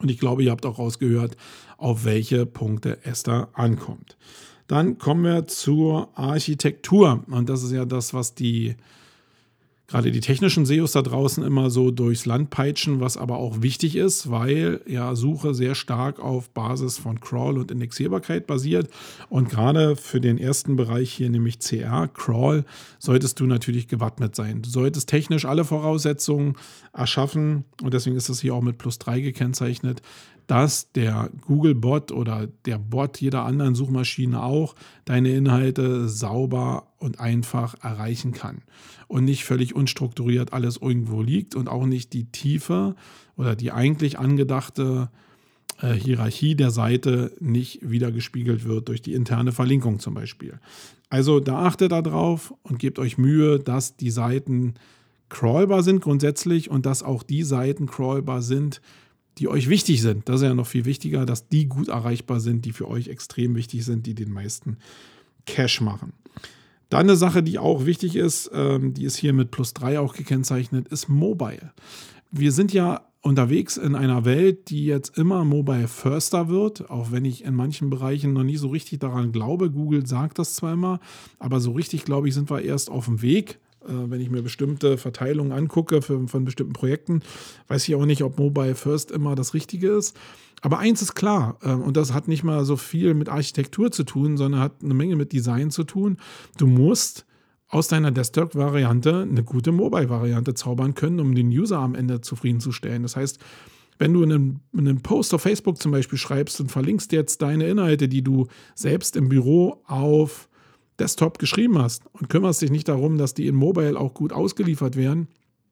Und ich glaube, ihr habt auch rausgehört, auf welche Punkte es da ankommt. Dann kommen wir zur Architektur. Und das ist ja das, was die gerade die technischen S E Os da draußen immer so durchs Land peitschen, was aber auch wichtig ist, weil ja Suche sehr stark auf Basis von Crawl und Indexierbarkeit basiert. Und gerade für den ersten Bereich hier, nämlich C R, Crawl, solltest du natürlich gewappnet sein. Du solltest technisch alle Voraussetzungen erschaffen, und deswegen ist das hier auch mit plus drei gekennzeichnet, dass der Google-Bot oder der Bot jeder anderen Suchmaschine auch deine Inhalte sauber und einfach erreichen kann und nicht völlig unstrukturiert alles irgendwo liegt und auch nicht die Tiefe oder die eigentlich angedachte äh, Hierarchie der Seite nicht wiedergespiegelt wird durch die interne Verlinkung zum Beispiel. Also da achtet da drauf und gebt euch Mühe, dass die Seiten crawlbar sind grundsätzlich und dass auch die Seiten crawlbar sind, die euch wichtig sind. Das ist ja noch viel wichtiger, dass die gut erreichbar sind, die für euch extrem wichtig sind, die den meisten Cache machen. Dann eine Sache, die auch wichtig ist, ähm, die ist hier mit plus drei auch gekennzeichnet, ist Mobile. Wir sind ja unterwegs in einer Welt, die jetzt immer Mobile Firster wird, auch wenn ich in manchen Bereichen noch nicht so richtig daran glaube. Google sagt das zwar immer, aber so richtig, glaube ich, sind wir erst auf dem Weg. Wenn ich mir bestimmte Verteilungen angucke für, von bestimmten Projekten, weiß ich auch nicht, ob Mobile First immer das Richtige ist. Aber eins ist klar, und das hat nicht mal so viel mit Architektur zu tun, sondern hat eine Menge mit Design zu tun. Du musst aus deiner Desktop-Variante eine gute Mobile-Variante zaubern können, um den User am Ende zufriedenzustellen. Das heißt, wenn du einen, einen Post auf Facebook zum Beispiel schreibst und verlinkst jetzt deine Inhalte, die du selbst im Büro auf Desktop geschrieben hast und kümmerst dich nicht darum, dass die in Mobile auch gut ausgeliefert werden,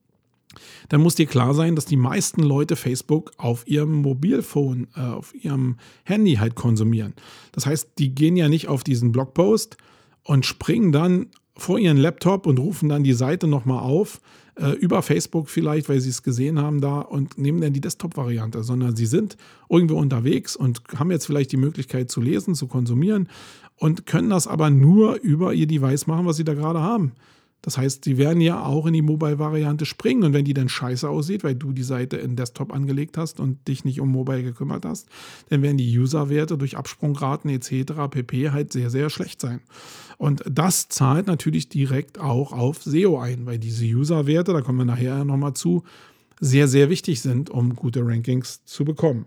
dann muss dir klar sein, dass die meisten Leute Facebook auf ihrem Mobilphone, äh, auf ihrem Handy halt konsumieren. Das heißt, die gehen ja nicht auf diesen Blogpost und springen dann vor ihren Laptop und rufen dann die Seite nochmal auf, äh, über Facebook vielleicht, weil sie es gesehen haben da und nehmen dann die Desktop-Variante, sondern sie sind irgendwo unterwegs und haben jetzt vielleicht die Möglichkeit zu lesen, zu konsumieren und können das aber nur über ihr Device machen, was sie da gerade haben. Das heißt, sie werden ja auch in die Mobile-Variante springen und wenn die dann scheiße aussieht, weil du die Seite in Desktop angelegt hast und dich nicht um Mobile gekümmert hast, dann werden die User-Werte durch Absprungraten et cetera pp. Halt sehr, sehr schlecht sein. Und das zahlt natürlich direkt auch auf S E O ein, weil diese User-Werte, da kommen wir nachher nochmal zu, sehr, sehr wichtig sind, um gute Rankings zu bekommen.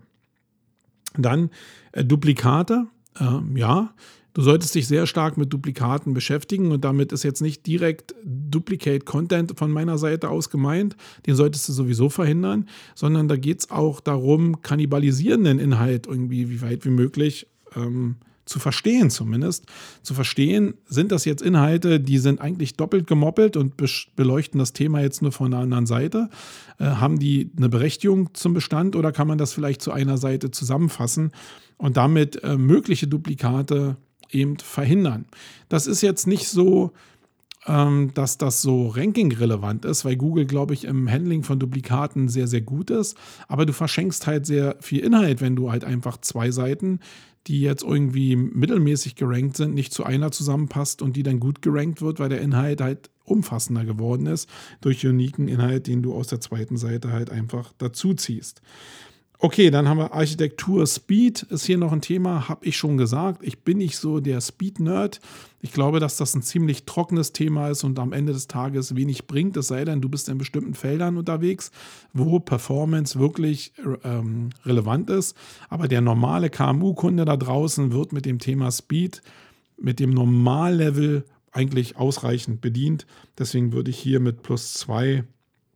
Dann äh, Duplikate, äh, ja, du solltest dich sehr stark mit Duplikaten beschäftigen und damit ist jetzt nicht direkt Duplicate Content von meiner Seite aus gemeint, den solltest du sowieso verhindern, sondern da geht es auch darum, kannibalisierenden Inhalt irgendwie wie weit wie möglich ähm, zu verstehen zumindest. Zu verstehen, sind das jetzt Inhalte, die sind eigentlich doppelt gemoppelt und be- beleuchten das Thema jetzt nur von einer anderen Seite? Äh, haben die eine Berechtigung zum Bestand oder kann man das vielleicht zu einer Seite zusammenfassen und damit äh, mögliche Duplikate eben verhindern? Das ist jetzt nicht so, ähm, dass das so ranking-relevant ist, weil Google, glaube ich, im Handling von Duplikaten sehr, sehr gut ist, aber du verschenkst halt sehr viel Inhalt, wenn du halt einfach zwei Seiten, die jetzt irgendwie mittelmäßig gerankt sind, nicht zu einer zusammenpasst und die dann gut gerankt wird, weil der Inhalt halt umfassender geworden ist durch uniken Inhalt, den du aus der zweiten Seite halt einfach dazu ziehst. Okay, dann haben wir Architektur. Speed ist hier noch ein Thema, habe ich schon gesagt. Ich bin nicht so der Speed-Nerd. Ich glaube, dass das ein ziemlich trockenes Thema ist und am Ende des Tages wenig bringt, es sei denn, du bist in bestimmten Feldern unterwegs, wo Performance wirklich ähm, relevant ist. Aber der normale K M U-Kunde da draußen wird mit dem Thema Speed, mit dem Normallevel eigentlich ausreichend bedient. Deswegen würde ich hier mit plus zwei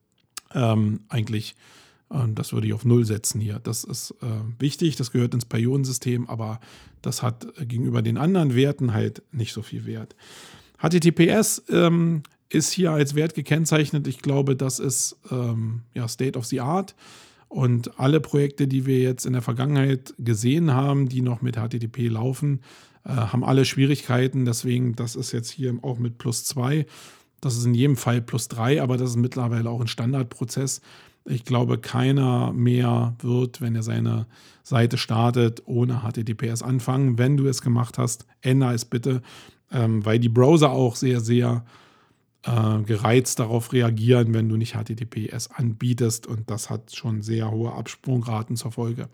ähm, eigentlich das würde ich auf Null setzen hier. Das ist äh, wichtig, das gehört ins Periodensystem, aber das hat äh, gegenüber den anderen Werten halt nicht so viel Wert. H T T P S ähm, ist hier als Wert gekennzeichnet. Ich glaube, das ist ähm, ja, State of the Art. Und alle Projekte, die wir jetzt in der Vergangenheit gesehen haben, die noch mit H T T P laufen, äh, haben alle Schwierigkeiten. Deswegen, das ist jetzt hier auch mit plus zwei. Das ist in jedem Fall plus drei, aber das ist mittlerweile auch ein Standardprozess. Ich glaube, keiner mehr wird, wenn er seine Seite startet, ohne H T T P S anfangen. Wenn du es gemacht hast, ändere es bitte, ähm, weil die Browser auch sehr, sehr äh, gereizt darauf reagieren, wenn du nicht H T T P S anbietest. Und das hat schon sehr hohe Absprungraten zur Folge.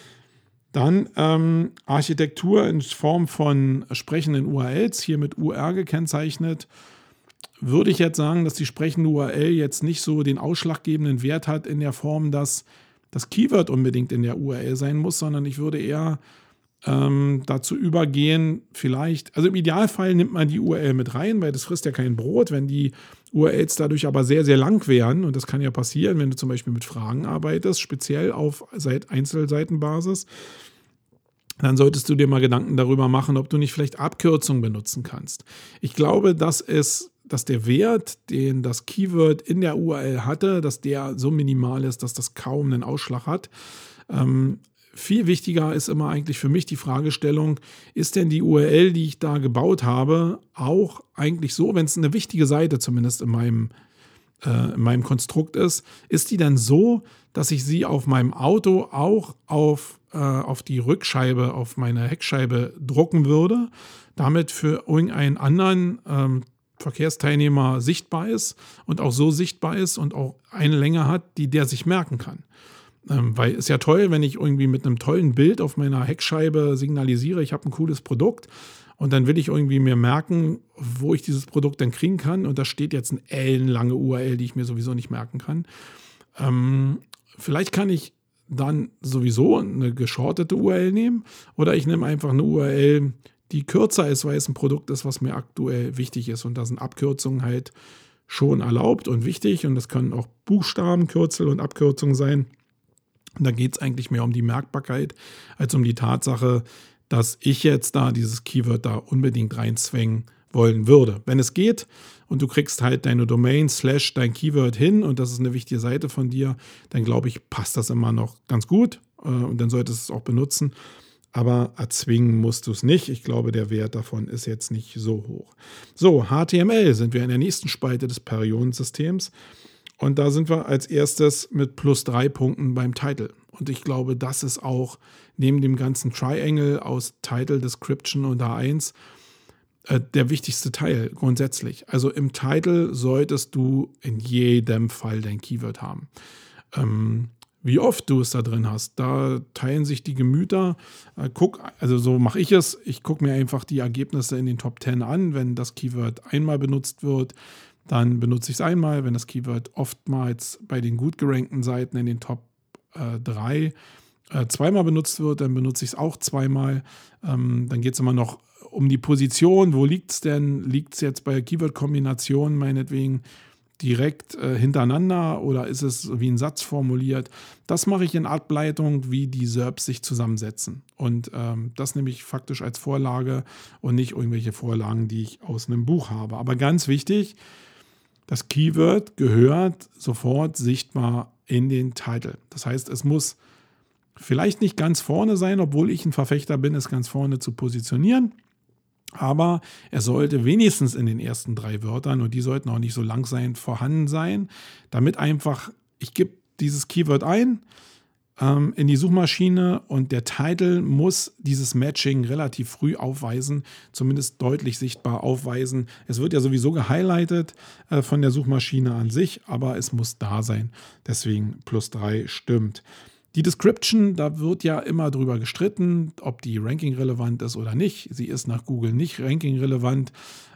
Dann ähm, Architektur in Form von sprechenden U R Ls, hier mit U R gekennzeichnet. Würde ich jetzt sagen, dass die sprechende U R L jetzt nicht so den ausschlaggebenden Wert hat in der Form, dass das Keyword unbedingt in der U R L sein muss, sondern ich würde eher ähm, dazu übergehen, vielleicht, also im Idealfall nimmt man die U R L mit rein, weil das frisst ja kein Brot, wenn die U R Ls dadurch aber sehr, sehr lang wären, und das kann ja passieren, wenn du zum Beispiel mit Fragen arbeitest, speziell auf Einzelseitenbasis, dann solltest du dir mal Gedanken darüber machen, ob du nicht vielleicht Abkürzungen benutzen kannst. Ich glaube, dass es, dass der Wert, den das Keyword in der U R L hatte, dass der so minimal ist, dass das kaum einen Ausschlag hat. Ähm, viel wichtiger ist immer eigentlich für mich die Fragestellung, ist denn die U R L, die ich da gebaut habe, auch eigentlich so, wenn es eine wichtige Seite zumindest in meinem, äh, in meinem Konstrukt ist, ist die dann so, dass ich sie auf meinem Auto auch auf, äh, auf die Rückscheibe, auf meine Heckscheibe drucken würde, damit für irgendeinen anderen ähm, Verkehrsteilnehmer sichtbar ist und auch so sichtbar ist und auch eine Länge hat, die der sich merken kann. Ähm, weil es ja toll, wenn ich irgendwie mit einem tollen Bild auf meiner Heckscheibe signalisiere, ich habe ein cooles Produkt, und dann will ich irgendwie mir merken, wo ich dieses Produkt dann kriegen kann, und da steht jetzt eine ellenlange U R L, die ich mir sowieso nicht merken kann. Ähm, vielleicht kann ich dann sowieso eine geschortete U R L nehmen, oder ich nehme einfach eine U R L, die kürzer ist, weil es ein Produkt ist, was mir aktuell wichtig ist. Und da sind Abkürzungen halt schon erlaubt und wichtig. Und das können auch Buchstabenkürzel und Abkürzungen sein. Und da geht es eigentlich mehr um die Merkbarkeit, als um die Tatsache, dass ich jetzt da dieses Keyword da unbedingt reinzwängen wollen würde. Wenn es geht und du kriegst halt deine Domain slash dein Keyword hin und das ist eine wichtige Seite von dir, dann glaube ich, passt das immer noch ganz gut. Und dann solltest du es auch benutzen. Aber erzwingen musst du es nicht. Ich glaube, der Wert davon ist jetzt nicht so hoch. So, H T M L sind wir in der nächsten Spalte des Periodensystems. Und da sind wir als erstes mit plus drei Punkten beim Title. Und ich glaube, das ist auch neben dem ganzen Triangle aus Title, Description und H eins äh, der wichtigste Teil grundsätzlich. Also im Title solltest du in jedem Fall dein Keyword haben. Ähm, Wie oft du es da drin hast, da teilen sich die Gemüter. Äh, guck, also so mache ich es. Ich gucke mir einfach die Ergebnisse in den Top zehn an. Wenn das Keyword einmal benutzt wird, dann benutze ich es einmal. Wenn das Keyword oftmals bei den gut gerankten Seiten in den Top äh, drei äh, zweimal benutzt wird, dann benutze ich es auch zweimal. Ähm, dann geht es immer noch um die Position. Wo liegt es denn? Liegt es jetzt bei Keyword-Kombinationen meinetwegen direkt äh, hintereinander oder ist es wie ein Satz formuliert? Das mache ich in Ableitung, wie die S E R Ps sich zusammensetzen. Und ähm, das nehme ich faktisch als Vorlage und nicht irgendwelche Vorlagen, die ich aus einem Buch habe. Aber ganz wichtig, das Keyword gehört sofort sichtbar in den Titel. Das heißt, es muss vielleicht nicht ganz vorne sein, obwohl ich ein Verfechter bin, es ganz vorne zu positionieren. Aber er sollte wenigstens in den ersten drei Wörtern, und die sollten auch nicht so lang sein, vorhanden sein, damit einfach, ich gebe dieses Keyword ein ähm, in die Suchmaschine und der Titel muss dieses Matching relativ früh aufweisen, zumindest deutlich sichtbar aufweisen. Es wird ja sowieso gehighlightet äh, von der Suchmaschine an sich, aber es muss da sein. Deswegen plus drei stimmt. Die Description, da wird ja immer drüber gestritten, ob die ranking-relevant ist oder nicht. Sie ist nach Google nicht ranking-relevant,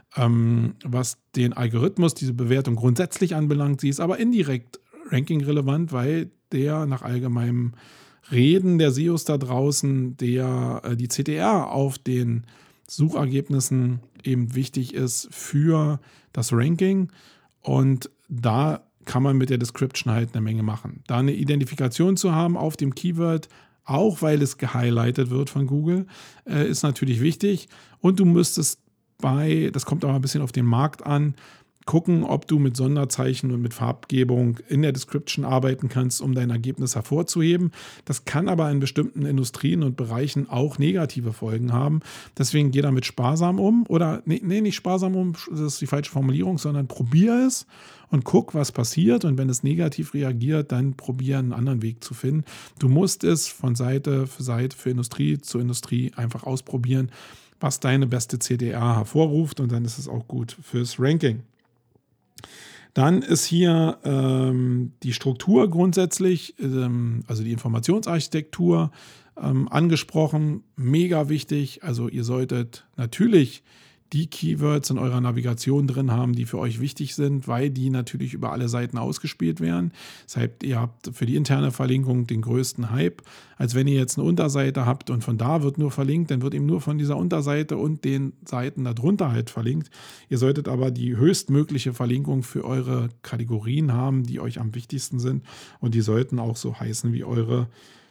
ähm, was den Algorithmus, diese Bewertung grundsätzlich anbelangt. Sie ist aber indirekt ranking-relevant, weil der nach allgemeinem Reden der S E Os da draußen, der äh, die C T R auf den Suchergebnissen eben wichtig ist für das Ranking. Und da kann man mit der Description halt eine Menge machen. Da eine Identifikation zu haben auf dem Keyword, auch weil es gehighlightet wird von Google, äh, ist natürlich wichtig. Und du müsstest bei, das kommt aber ein bisschen auf den Markt an, gucken, ob du mit Sonderzeichen und mit Farbgebung in der Description arbeiten kannst, um dein Ergebnis hervorzuheben. Das kann aber in bestimmten Industrien und Bereichen auch negative Folgen haben. Deswegen geh damit sparsam um. Oder, nee, nee, nicht sparsam um, das ist die falsche Formulierung, sondern probier es und guck, was passiert. Und wenn es negativ reagiert, dann probier einen anderen Weg zu finden. Du musst es von Seite für Seite, für Industrie zu Industrie einfach ausprobieren, was deine beste C T R hervorruft. Und dann ist es auch gut fürs Ranking. Dann ist hier ähm, die Struktur grundsätzlich, ähm, also die Informationsarchitektur ähm, angesprochen, mega wichtig. Also ihr solltet natürlich die Keywords in eurer Navigation drin haben, die für euch wichtig sind, weil die natürlich über alle Seiten ausgespielt werden. Das heißt, ihr habt für die interne Verlinkung den größten Hype, als wenn ihr jetzt eine Unterseite habt und von da wird nur verlinkt, dann wird eben nur von dieser Unterseite und den Seiten darunter halt verlinkt. Ihr solltet aber die höchstmögliche Verlinkung für eure Kategorien haben, die euch am wichtigsten sind, und die sollten auch so heißen wie eure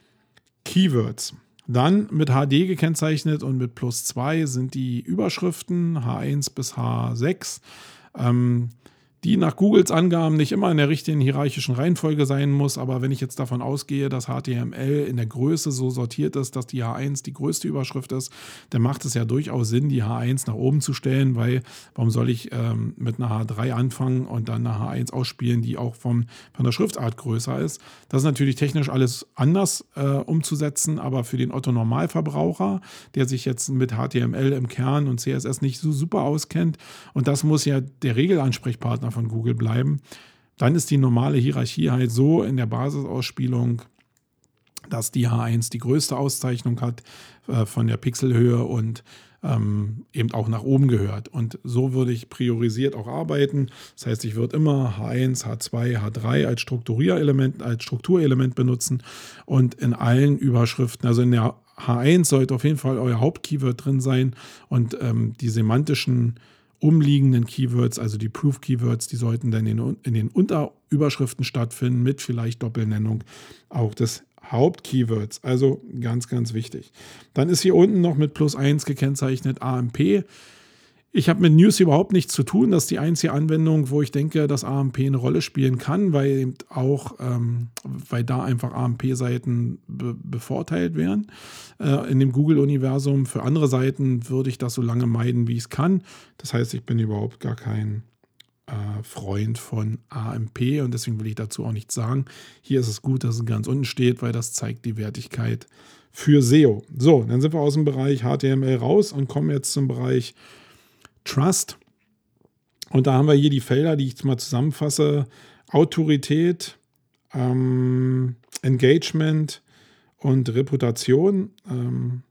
Keywords. Dann mit H D gekennzeichnet und mit plus zwei sind die Überschriften H eins bis H sechs, ähm, die nach Googles Angaben nicht immer in der richtigen hierarchischen Reihenfolge sein muss. Aber wenn ich jetzt davon ausgehe, dass H T M L in der Größe so sortiert ist, dass die H eins die größte Überschrift ist, dann macht es ja durchaus Sinn, die H eins nach oben zu stellen, weil warum soll ich ähm, mit einer H drei anfangen und dann eine H eins ausspielen, die auch vom, von der Schriftart größer ist. Das ist natürlich technisch alles anders äh, umzusetzen, aber für den Otto-Normalverbraucher, der sich jetzt mit H T M L im Kern und C S S nicht so super auskennt, und das muss ja der Regelansprechpartner von Google bleiben, dann ist die normale Hierarchie halt so in der Basisausspielung, dass die H eins die größte Auszeichnung hat äh, von der Pixelhöhe und ähm, eben auch nach oben gehört. Und so würde ich priorisiert auch arbeiten. Das heißt, ich würde immer H eins, H zwei, H drei als Strukturierelement, als Strukturelement benutzen und in allen Überschriften, also in der H eins sollte auf jeden Fall euer Hauptkeyword drin sein und ähm, die semantischen umliegenden Keywords, also die Proof-Keywords, die sollten dann in, in den Unterüberschriften stattfinden, mit vielleicht Doppelnennung auch des Hauptkeywords. Also ganz, ganz wichtig. Dann ist hier unten noch mit plus eins gekennzeichnet A M P. Ich habe mit News überhaupt nichts zu tun. Das ist die einzige Anwendung, wo ich denke, dass A M P eine Rolle spielen kann, weil eben auch, ähm, weil da einfach A M P-Seiten be bevorteilt werden äh, in dem Google-Universum. Für andere Seiten würde ich das so lange meiden, wie ich es kann. Das heißt, ich bin überhaupt gar kein äh, Freund von A M P und deswegen will ich dazu auch nichts sagen. Hier ist es gut, dass es ganz unten steht, weil das zeigt die Wertigkeit für S E O. So, dann sind wir aus dem Bereich H T M L raus und kommen jetzt zum Bereich Trust. Und da haben wir hier die Felder, die ich jetzt mal zusammenfasse. Autorität, ähm, Engagement und Reputation. Ähm,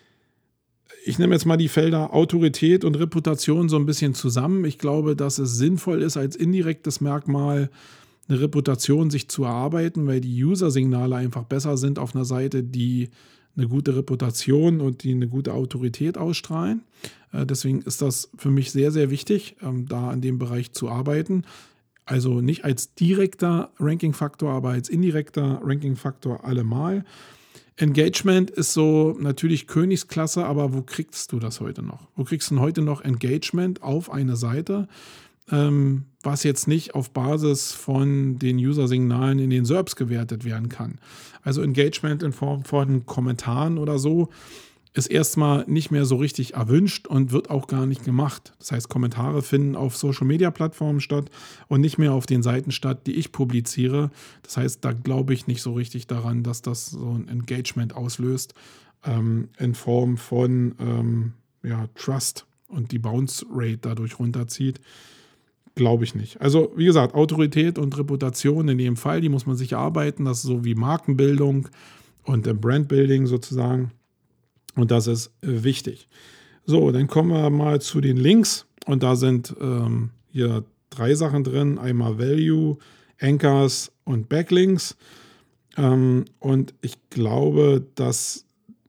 ich nehme jetzt mal die Felder Autorität und Reputation so ein bisschen zusammen. Ich glaube, dass es sinnvoll ist, als indirektes Merkmal eine Reputation sich zu erarbeiten, weil die User-Signale einfach besser sind auf einer Seite, die eine gute Reputation und die eine gute Autorität ausstrahlen. Äh, deswegen ist das für mich sehr, sehr wichtig, ähm, da in dem Bereich zu arbeiten. Also nicht als direkter Ranking-Faktor, aber als indirekter Ranking-Faktor allemal. Engagement ist so natürlich Königsklasse, aber wo kriegst du das heute noch? Wo kriegst du denn heute noch Engagement auf eine Seite, ähm, was jetzt nicht auf Basis von den User-Signalen in den S E R Ps gewertet werden kann? Also Engagement in Form von Kommentaren oder so ist erstmal nicht mehr so richtig erwünscht und wird auch gar nicht gemacht. Das heißt, Kommentare finden auf Social-Media-Plattformen statt und nicht mehr auf den Seiten statt, die ich publiziere. Das heißt, da glaube ich nicht so richtig daran, dass das so ein Engagement auslöst ähm, in Form von ähm, ja, Trust und die Bounce-Rate dadurch runterzieht. Glaube ich nicht. Also wie gesagt, Autorität und Reputation in dem Fall, die muss man sich erarbeiten. Das ist so wie Markenbildung und Brandbuilding sozusagen. Und das ist wichtig. So, dann kommen wir mal zu den Links. Und da sind ähm, hier drei Sachen drin. Einmal Value, Anchors und Backlinks. Ähm, und ich glaube, dass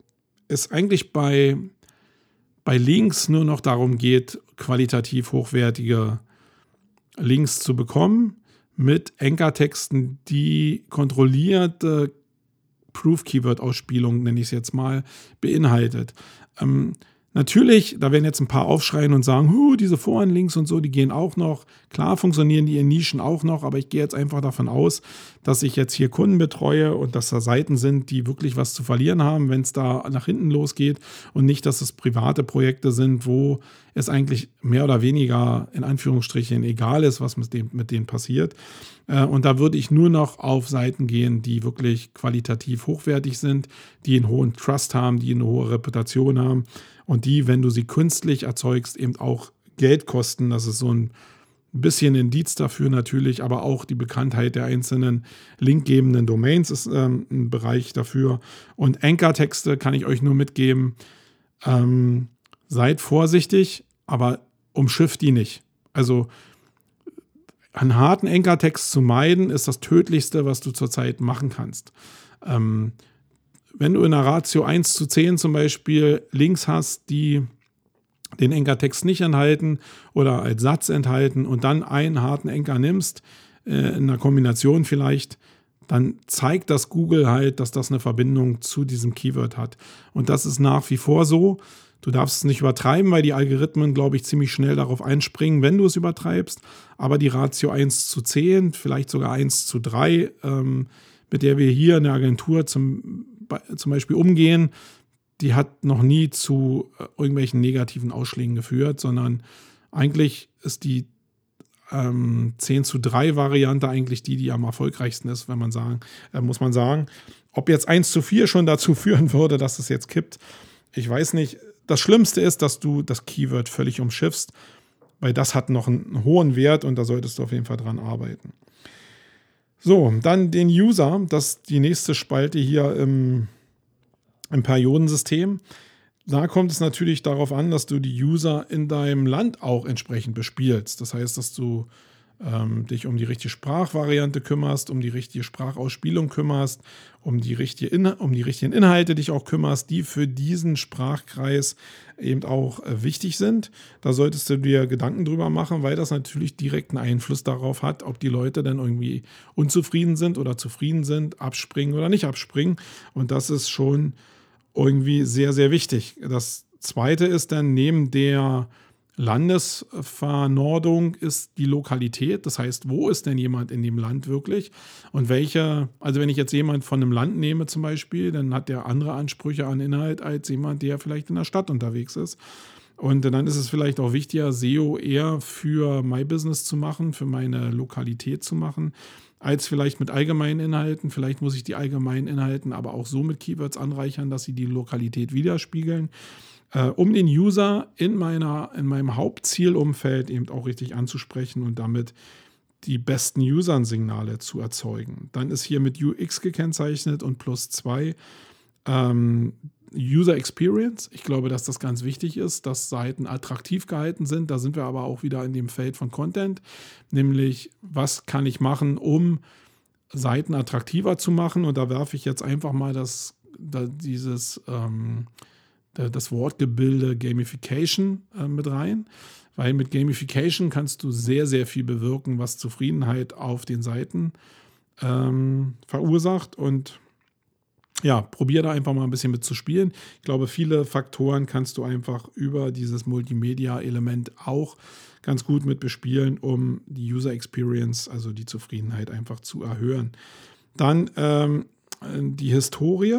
es eigentlich bei, bei Links nur noch darum geht, qualitativ hochwertige Links zu bekommen mit Anchor-Texten, die kontrollierte Proof-Keyword-Ausspielung, nenne ich es jetzt mal, beinhaltet. Ähm, natürlich, da werden jetzt ein paar aufschreien und sagen, huh, diese Foren-Links und so, die gehen auch noch. Klar funktionieren die in Nischen auch noch, aber ich gehe jetzt einfach davon aus, dass ich jetzt hier Kunden betreue und dass da Seiten sind, die wirklich was zu verlieren haben, wenn es da nach hinten losgeht und nicht, dass es private Projekte sind, wo es eigentlich mehr oder weniger in Anführungsstrichen egal ist, was mit, dem, mit denen passiert. Und da würde ich nur noch auf Seiten gehen, die wirklich qualitativ hochwertig sind, die einen hohen Trust haben, die eine hohe Reputation haben und die, wenn du sie künstlich erzeugst, eben auch Geld kosten. Das ist so ein Ein bisschen Indiz dafür natürlich, aber auch die Bekanntheit der einzelnen linkgebenden Domains ist ähm, ein Bereich dafür. Und Anchor-Texte kann ich euch nur mitgeben. Ähm, seid vorsichtig, aber umschifft die nicht. Also einen harten Anchor-Text zu meiden, ist das Tödlichste, was du zurzeit machen kannst. Ähm, wenn du in einer Ratio eins zu zehn zum Beispiel Links hast, die den Anchor-Text nicht enthalten oder als Satz enthalten und dann einen harten Anchor nimmst, äh, in einer Kombination vielleicht, dann zeigt das Google halt, dass das eine Verbindung zu diesem Keyword hat. Und das ist nach wie vor so. Du darfst es nicht übertreiben, weil die Algorithmen, glaube ich, ziemlich schnell darauf einspringen, wenn du es übertreibst. Aber die Ratio eins zu zehn, vielleicht sogar eins zu drei, ähm, mit der wir hier in der Agentur zum, zum Beispiel umgehen, die hat noch nie zu äh, irgendwelchen negativen Ausschlägen geführt, sondern eigentlich ist die ähm, zehn zu drei Variante eigentlich die, die am erfolgreichsten ist, wenn man sagen, äh, muss man sagen. Ob jetzt eins zu vier schon dazu führen würde, dass es jetzt kippt, ich weiß nicht. Das Schlimmste ist, dass du das Keyword völlig umschiffst, weil das hat noch einen hohen Wert und da solltest du auf jeden Fall dran arbeiten. So, dann den User, das ist die nächste Spalte hier im im Periodensystem. Da kommt es natürlich darauf an, dass du die User in deinem Land auch entsprechend bespielst. Das heißt, dass du ähm, dich um die richtige Sprachvariante kümmerst, um die richtige Sprachausspielung kümmerst, um die, richtige In- um die richtigen Inhalte dich auch kümmerst, die für diesen Sprachkreis eben auch äh, wichtig sind. Da solltest du dir Gedanken drüber machen, weil das natürlich direkten Einfluss darauf hat, ob die Leute dann irgendwie unzufrieden sind oder zufrieden sind, abspringen oder nicht abspringen. Und das ist schon irgendwie sehr, sehr wichtig. Das Zweite ist dann neben der Landesvernordung ist die Lokalität. Das heißt, wo ist denn jemand in dem Land wirklich? Und welche, also wenn ich jetzt jemand von einem Land nehme zum Beispiel, dann hat der andere Ansprüche an Inhalt als jemand, der vielleicht in der Stadt unterwegs ist. Und dann ist es vielleicht auch wichtiger, S E O eher für My Business zu machen, für meine Lokalität zu machen, als vielleicht mit allgemeinen Inhalten. Vielleicht muss ich die allgemeinen Inhalten aber auch so mit Keywords anreichern, dass sie die Lokalität widerspiegeln, äh, um den User in, meiner, in meinem Hauptzielumfeld eben auch richtig anzusprechen und damit die besten User-Signale zu erzeugen. Dann ist hier mit U X gekennzeichnet und plus zwei ähm, User Experience. Ich glaube, dass das ganz wichtig ist, dass Seiten attraktiv gehalten sind. Da sind wir aber auch wieder in dem Feld von Content, nämlich was kann ich machen, um Seiten attraktiver zu machen. Und da werfe ich jetzt einfach mal das, da dieses, ähm, das Wortgebilde Gamification äh, mit rein, weil mit Gamification kannst du sehr, sehr viel bewirken, was Zufriedenheit auf den Seiten ähm, verursacht. Und ja, probier da einfach mal ein bisschen mit zu spielen. Ich glaube, viele Faktoren kannst du einfach über dieses Multimedia-Element auch ganz gut mit bespielen, um die User Experience, also die Zufriedenheit einfach zu erhöhen. Dann ähm, die Historie.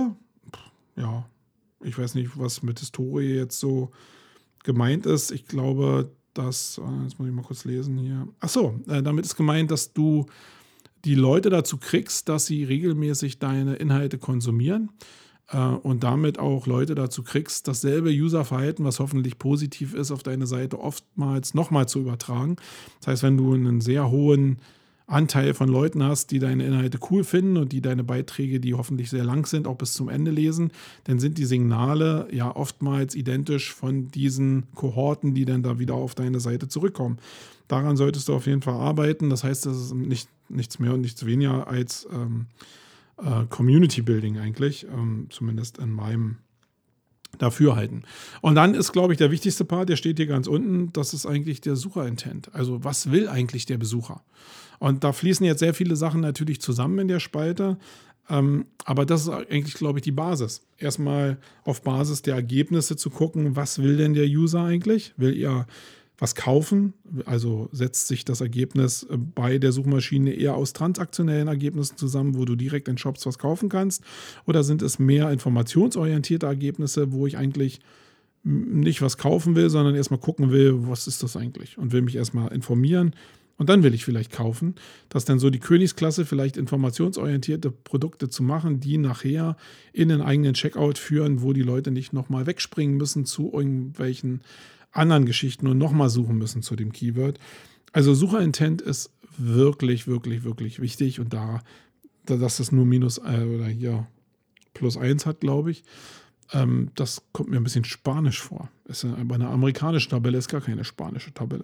Ja, ich weiß nicht, was mit Historie jetzt so gemeint ist. Ich glaube, dass, jetzt muss ich mal kurz lesen hier. Ach so, äh, damit ist gemeint, dass du die Leute dazu kriegst, dass sie regelmäßig deine Inhalte konsumieren äh, und damit auch Leute dazu kriegst, dasselbe Userverhalten, was hoffentlich positiv ist, auf deine Seite oftmals nochmal zu übertragen. Das heißt, wenn du einen sehr hohen Anteil von Leuten hast, die deine Inhalte cool finden und die deine Beiträge, die hoffentlich sehr lang sind, auch bis zum Ende lesen, dann sind die Signale ja oftmals identisch von diesen Kohorten, die dann da wieder auf deine Seite zurückkommen. Daran solltest du auf jeden Fall arbeiten. Das heißt, das ist nicht, nichts mehr und nichts weniger als ähm, äh, Community Building eigentlich, ähm, zumindest in meinem Dafürhalten. Und dann ist, glaube ich, der wichtigste Part, der steht hier ganz unten, das ist eigentlich der Sucher-Intent. Also was will eigentlich der Besucher? Und da fließen jetzt sehr viele Sachen natürlich zusammen in der Spalte, ähm, aber das ist eigentlich, glaube ich, die Basis. Erstmal auf Basis der Ergebnisse zu gucken, was will denn der User eigentlich? Will er was kaufen? Also setzt sich das Ergebnis bei der Suchmaschine eher aus transaktionellen Ergebnissen zusammen, wo du direkt in Shops was kaufen kannst? Oder sind es mehr informationsorientierte Ergebnisse, wo ich eigentlich nicht was kaufen will, sondern erstmal gucken will, was ist das eigentlich? Und will mich erstmal informieren und dann will ich vielleicht kaufen. Das ist dann so die Königsklasse, vielleicht informationsorientierte Produkte zu machen, die nachher in den eigenen Checkout führen, wo die Leute nicht nochmal wegspringen müssen zu irgendwelchen anderen Geschichten und nochmal suchen müssen zu dem Keyword. Also Sucherintent ist wirklich, wirklich, wirklich wichtig und da, da dass es nur minus äh, oder hier plus eins hat, glaube ich, ähm, das kommt mir ein bisschen spanisch vor. Ist, äh, bei einer amerikanischen Tabelle ist gar keine spanische Tabelle.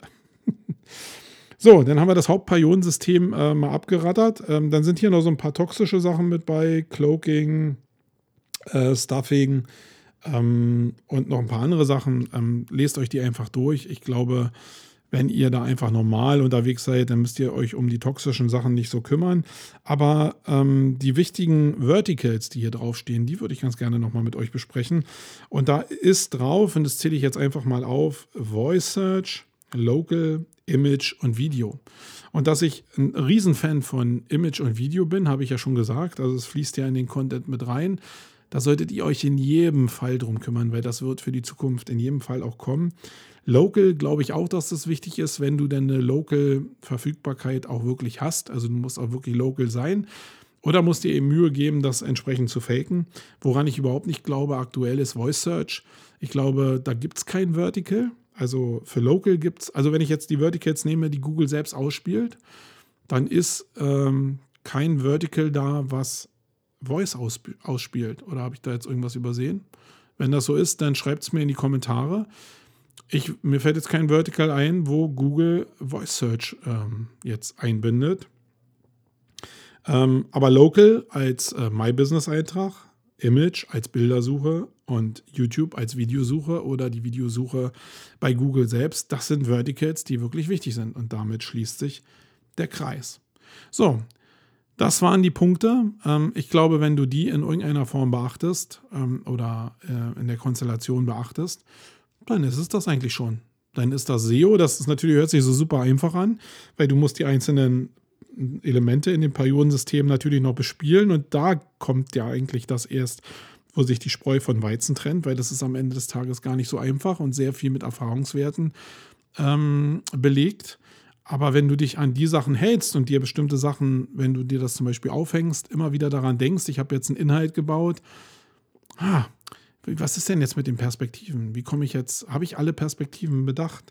So, dann haben wir das Hauptperiodensystem äh, mal abgerattert. Ähm, dann sind hier noch so ein paar toxische Sachen mit bei, Cloaking, äh, Stuffing ähm, und noch ein paar andere Sachen. Ähm, lest euch die einfach durch. Ich glaube, wenn ihr da einfach normal unterwegs seid, dann müsst ihr euch um die toxischen Sachen nicht so kümmern. Aber ähm, die wichtigen Verticals, die hier draufstehen, die würde ich ganz gerne nochmal mit euch besprechen. Und da ist drauf, und das zähle ich jetzt einfach mal auf, Voice Search, Local, Image und Video. Und dass ich ein Riesenfan von Image und Video bin, habe ich ja schon gesagt. Also es fließt ja in den Content mit rein. Da solltet ihr euch in jedem Fall drum kümmern, weil das wird für die Zukunft in jedem Fall auch kommen. Local glaube ich auch, dass das wichtig ist, wenn du denn eine Local-Verfügbarkeit auch wirklich hast. Also du musst auch wirklich local sein. Oder musst dir eben Mühe geben, das entsprechend zu faken. Woran ich überhaupt nicht glaube, aktuell ist Voice Search. Ich glaube, da gibt es kein Vertical. Also für Local gibt es, also wenn ich jetzt die Verticals nehme, die Google selbst ausspielt, dann ist ähm, kein Vertical da, was Voice ausp- ausspielt. Oder habe ich da jetzt irgendwas übersehen? Wenn das so ist, dann schreibt es mir in die Kommentare. Ich, mir fällt jetzt kein Vertical ein, wo Google Voice Search ähm, jetzt einbindet. Ähm, aber Local als äh, My Business Eintrag, Image als Bildersuche und YouTube als Videosuche oder die Videosuche bei Google selbst, das sind Verticals, die wirklich wichtig sind. Und damit schließt sich der Kreis. So, das waren die Punkte. Ähm, ich glaube, wenn du die in irgendeiner Form beachtest ähm, oder äh, in der Konstellation beachtest, dann ist es das eigentlich schon. Dann ist das S E O, das ist natürlich, hört sich so super einfach an, weil du musst die einzelnen Elemente in dem Periodensystem natürlich noch bespielen und da kommt ja eigentlich das erst, wo sich die Spreu von Weizen trennt, weil das ist am Ende des Tages gar nicht so einfach und sehr viel mit Erfahrungswerten ähm, belegt. Aber wenn du dich an die Sachen hältst und dir bestimmte Sachen, wenn du dir das zum Beispiel aufhängst, immer wieder daran denkst, ich habe jetzt einen Inhalt gebaut, ah, was ist denn jetzt mit den Perspektiven? Wie komme ich jetzt, habe ich alle Perspektiven bedacht?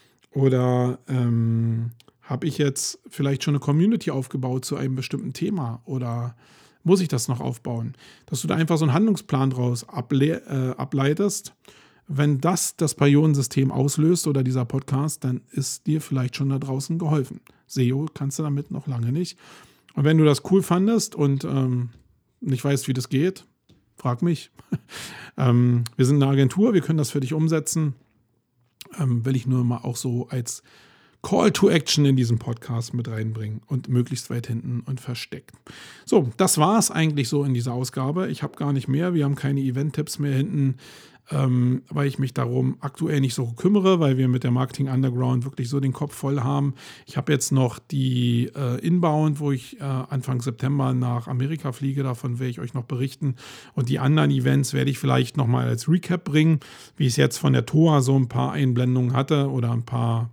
Oder ähm, habe ich jetzt vielleicht schon eine Community aufgebaut zu einem bestimmten Thema? Oder muss ich das noch aufbauen? Dass du da einfach so einen Handlungsplan draus able- äh, ableitest. Wenn das das Periodensystem auslöst oder dieser Podcast, dann ist dir vielleicht schon da draußen geholfen. S E O kannst du damit noch lange nicht. Und wenn du das cool fandest und ähm, nicht weißt, wie das geht, frag mich. ähm, wir sind eine Agentur, wir können das für dich umsetzen. Ähm, will ich nur mal auch so als Call to Action in diesem Podcast mit reinbringen und möglichst weit hinten und versteckt. So, das war es eigentlich so in dieser Ausgabe. Ich habe gar nicht mehr, wir haben keine Event-Tipps mehr hinten, ähm, weil ich mich darum aktuell nicht so kümmere, weil wir mit der Marketing Underground wirklich so den Kopf voll haben. Ich habe jetzt noch die äh, Inbound, wo ich äh, Anfang September nach Amerika fliege, davon werde ich euch noch berichten. Und die anderen Events werde ich vielleicht nochmal als Recap bringen, wie ich es jetzt von der T O A so ein paar Einblendungen hatte oder ein paar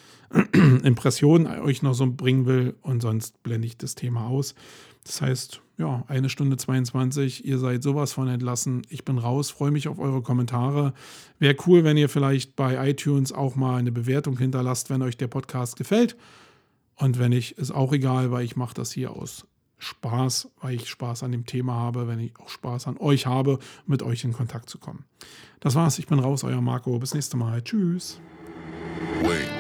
Impressionen euch noch so bringen will und sonst blende ich das Thema aus. Das heißt, ja, eine Stunde zweiundzwanzig, ihr seid sowas von entlassen. Ich bin raus, freue mich auf eure Kommentare. Wäre cool, wenn ihr vielleicht bei iTunes auch mal eine Bewertung hinterlasst, wenn euch der Podcast gefällt. Und wenn nicht, ist auch egal, weil ich mache das hier aus Spaß, weil ich Spaß an dem Thema habe, wenn ich auch Spaß an euch habe, mit euch in Kontakt zu kommen. Das war's, ich bin raus, euer Marco. Bis nächstes Mal. Tschüss. Wait.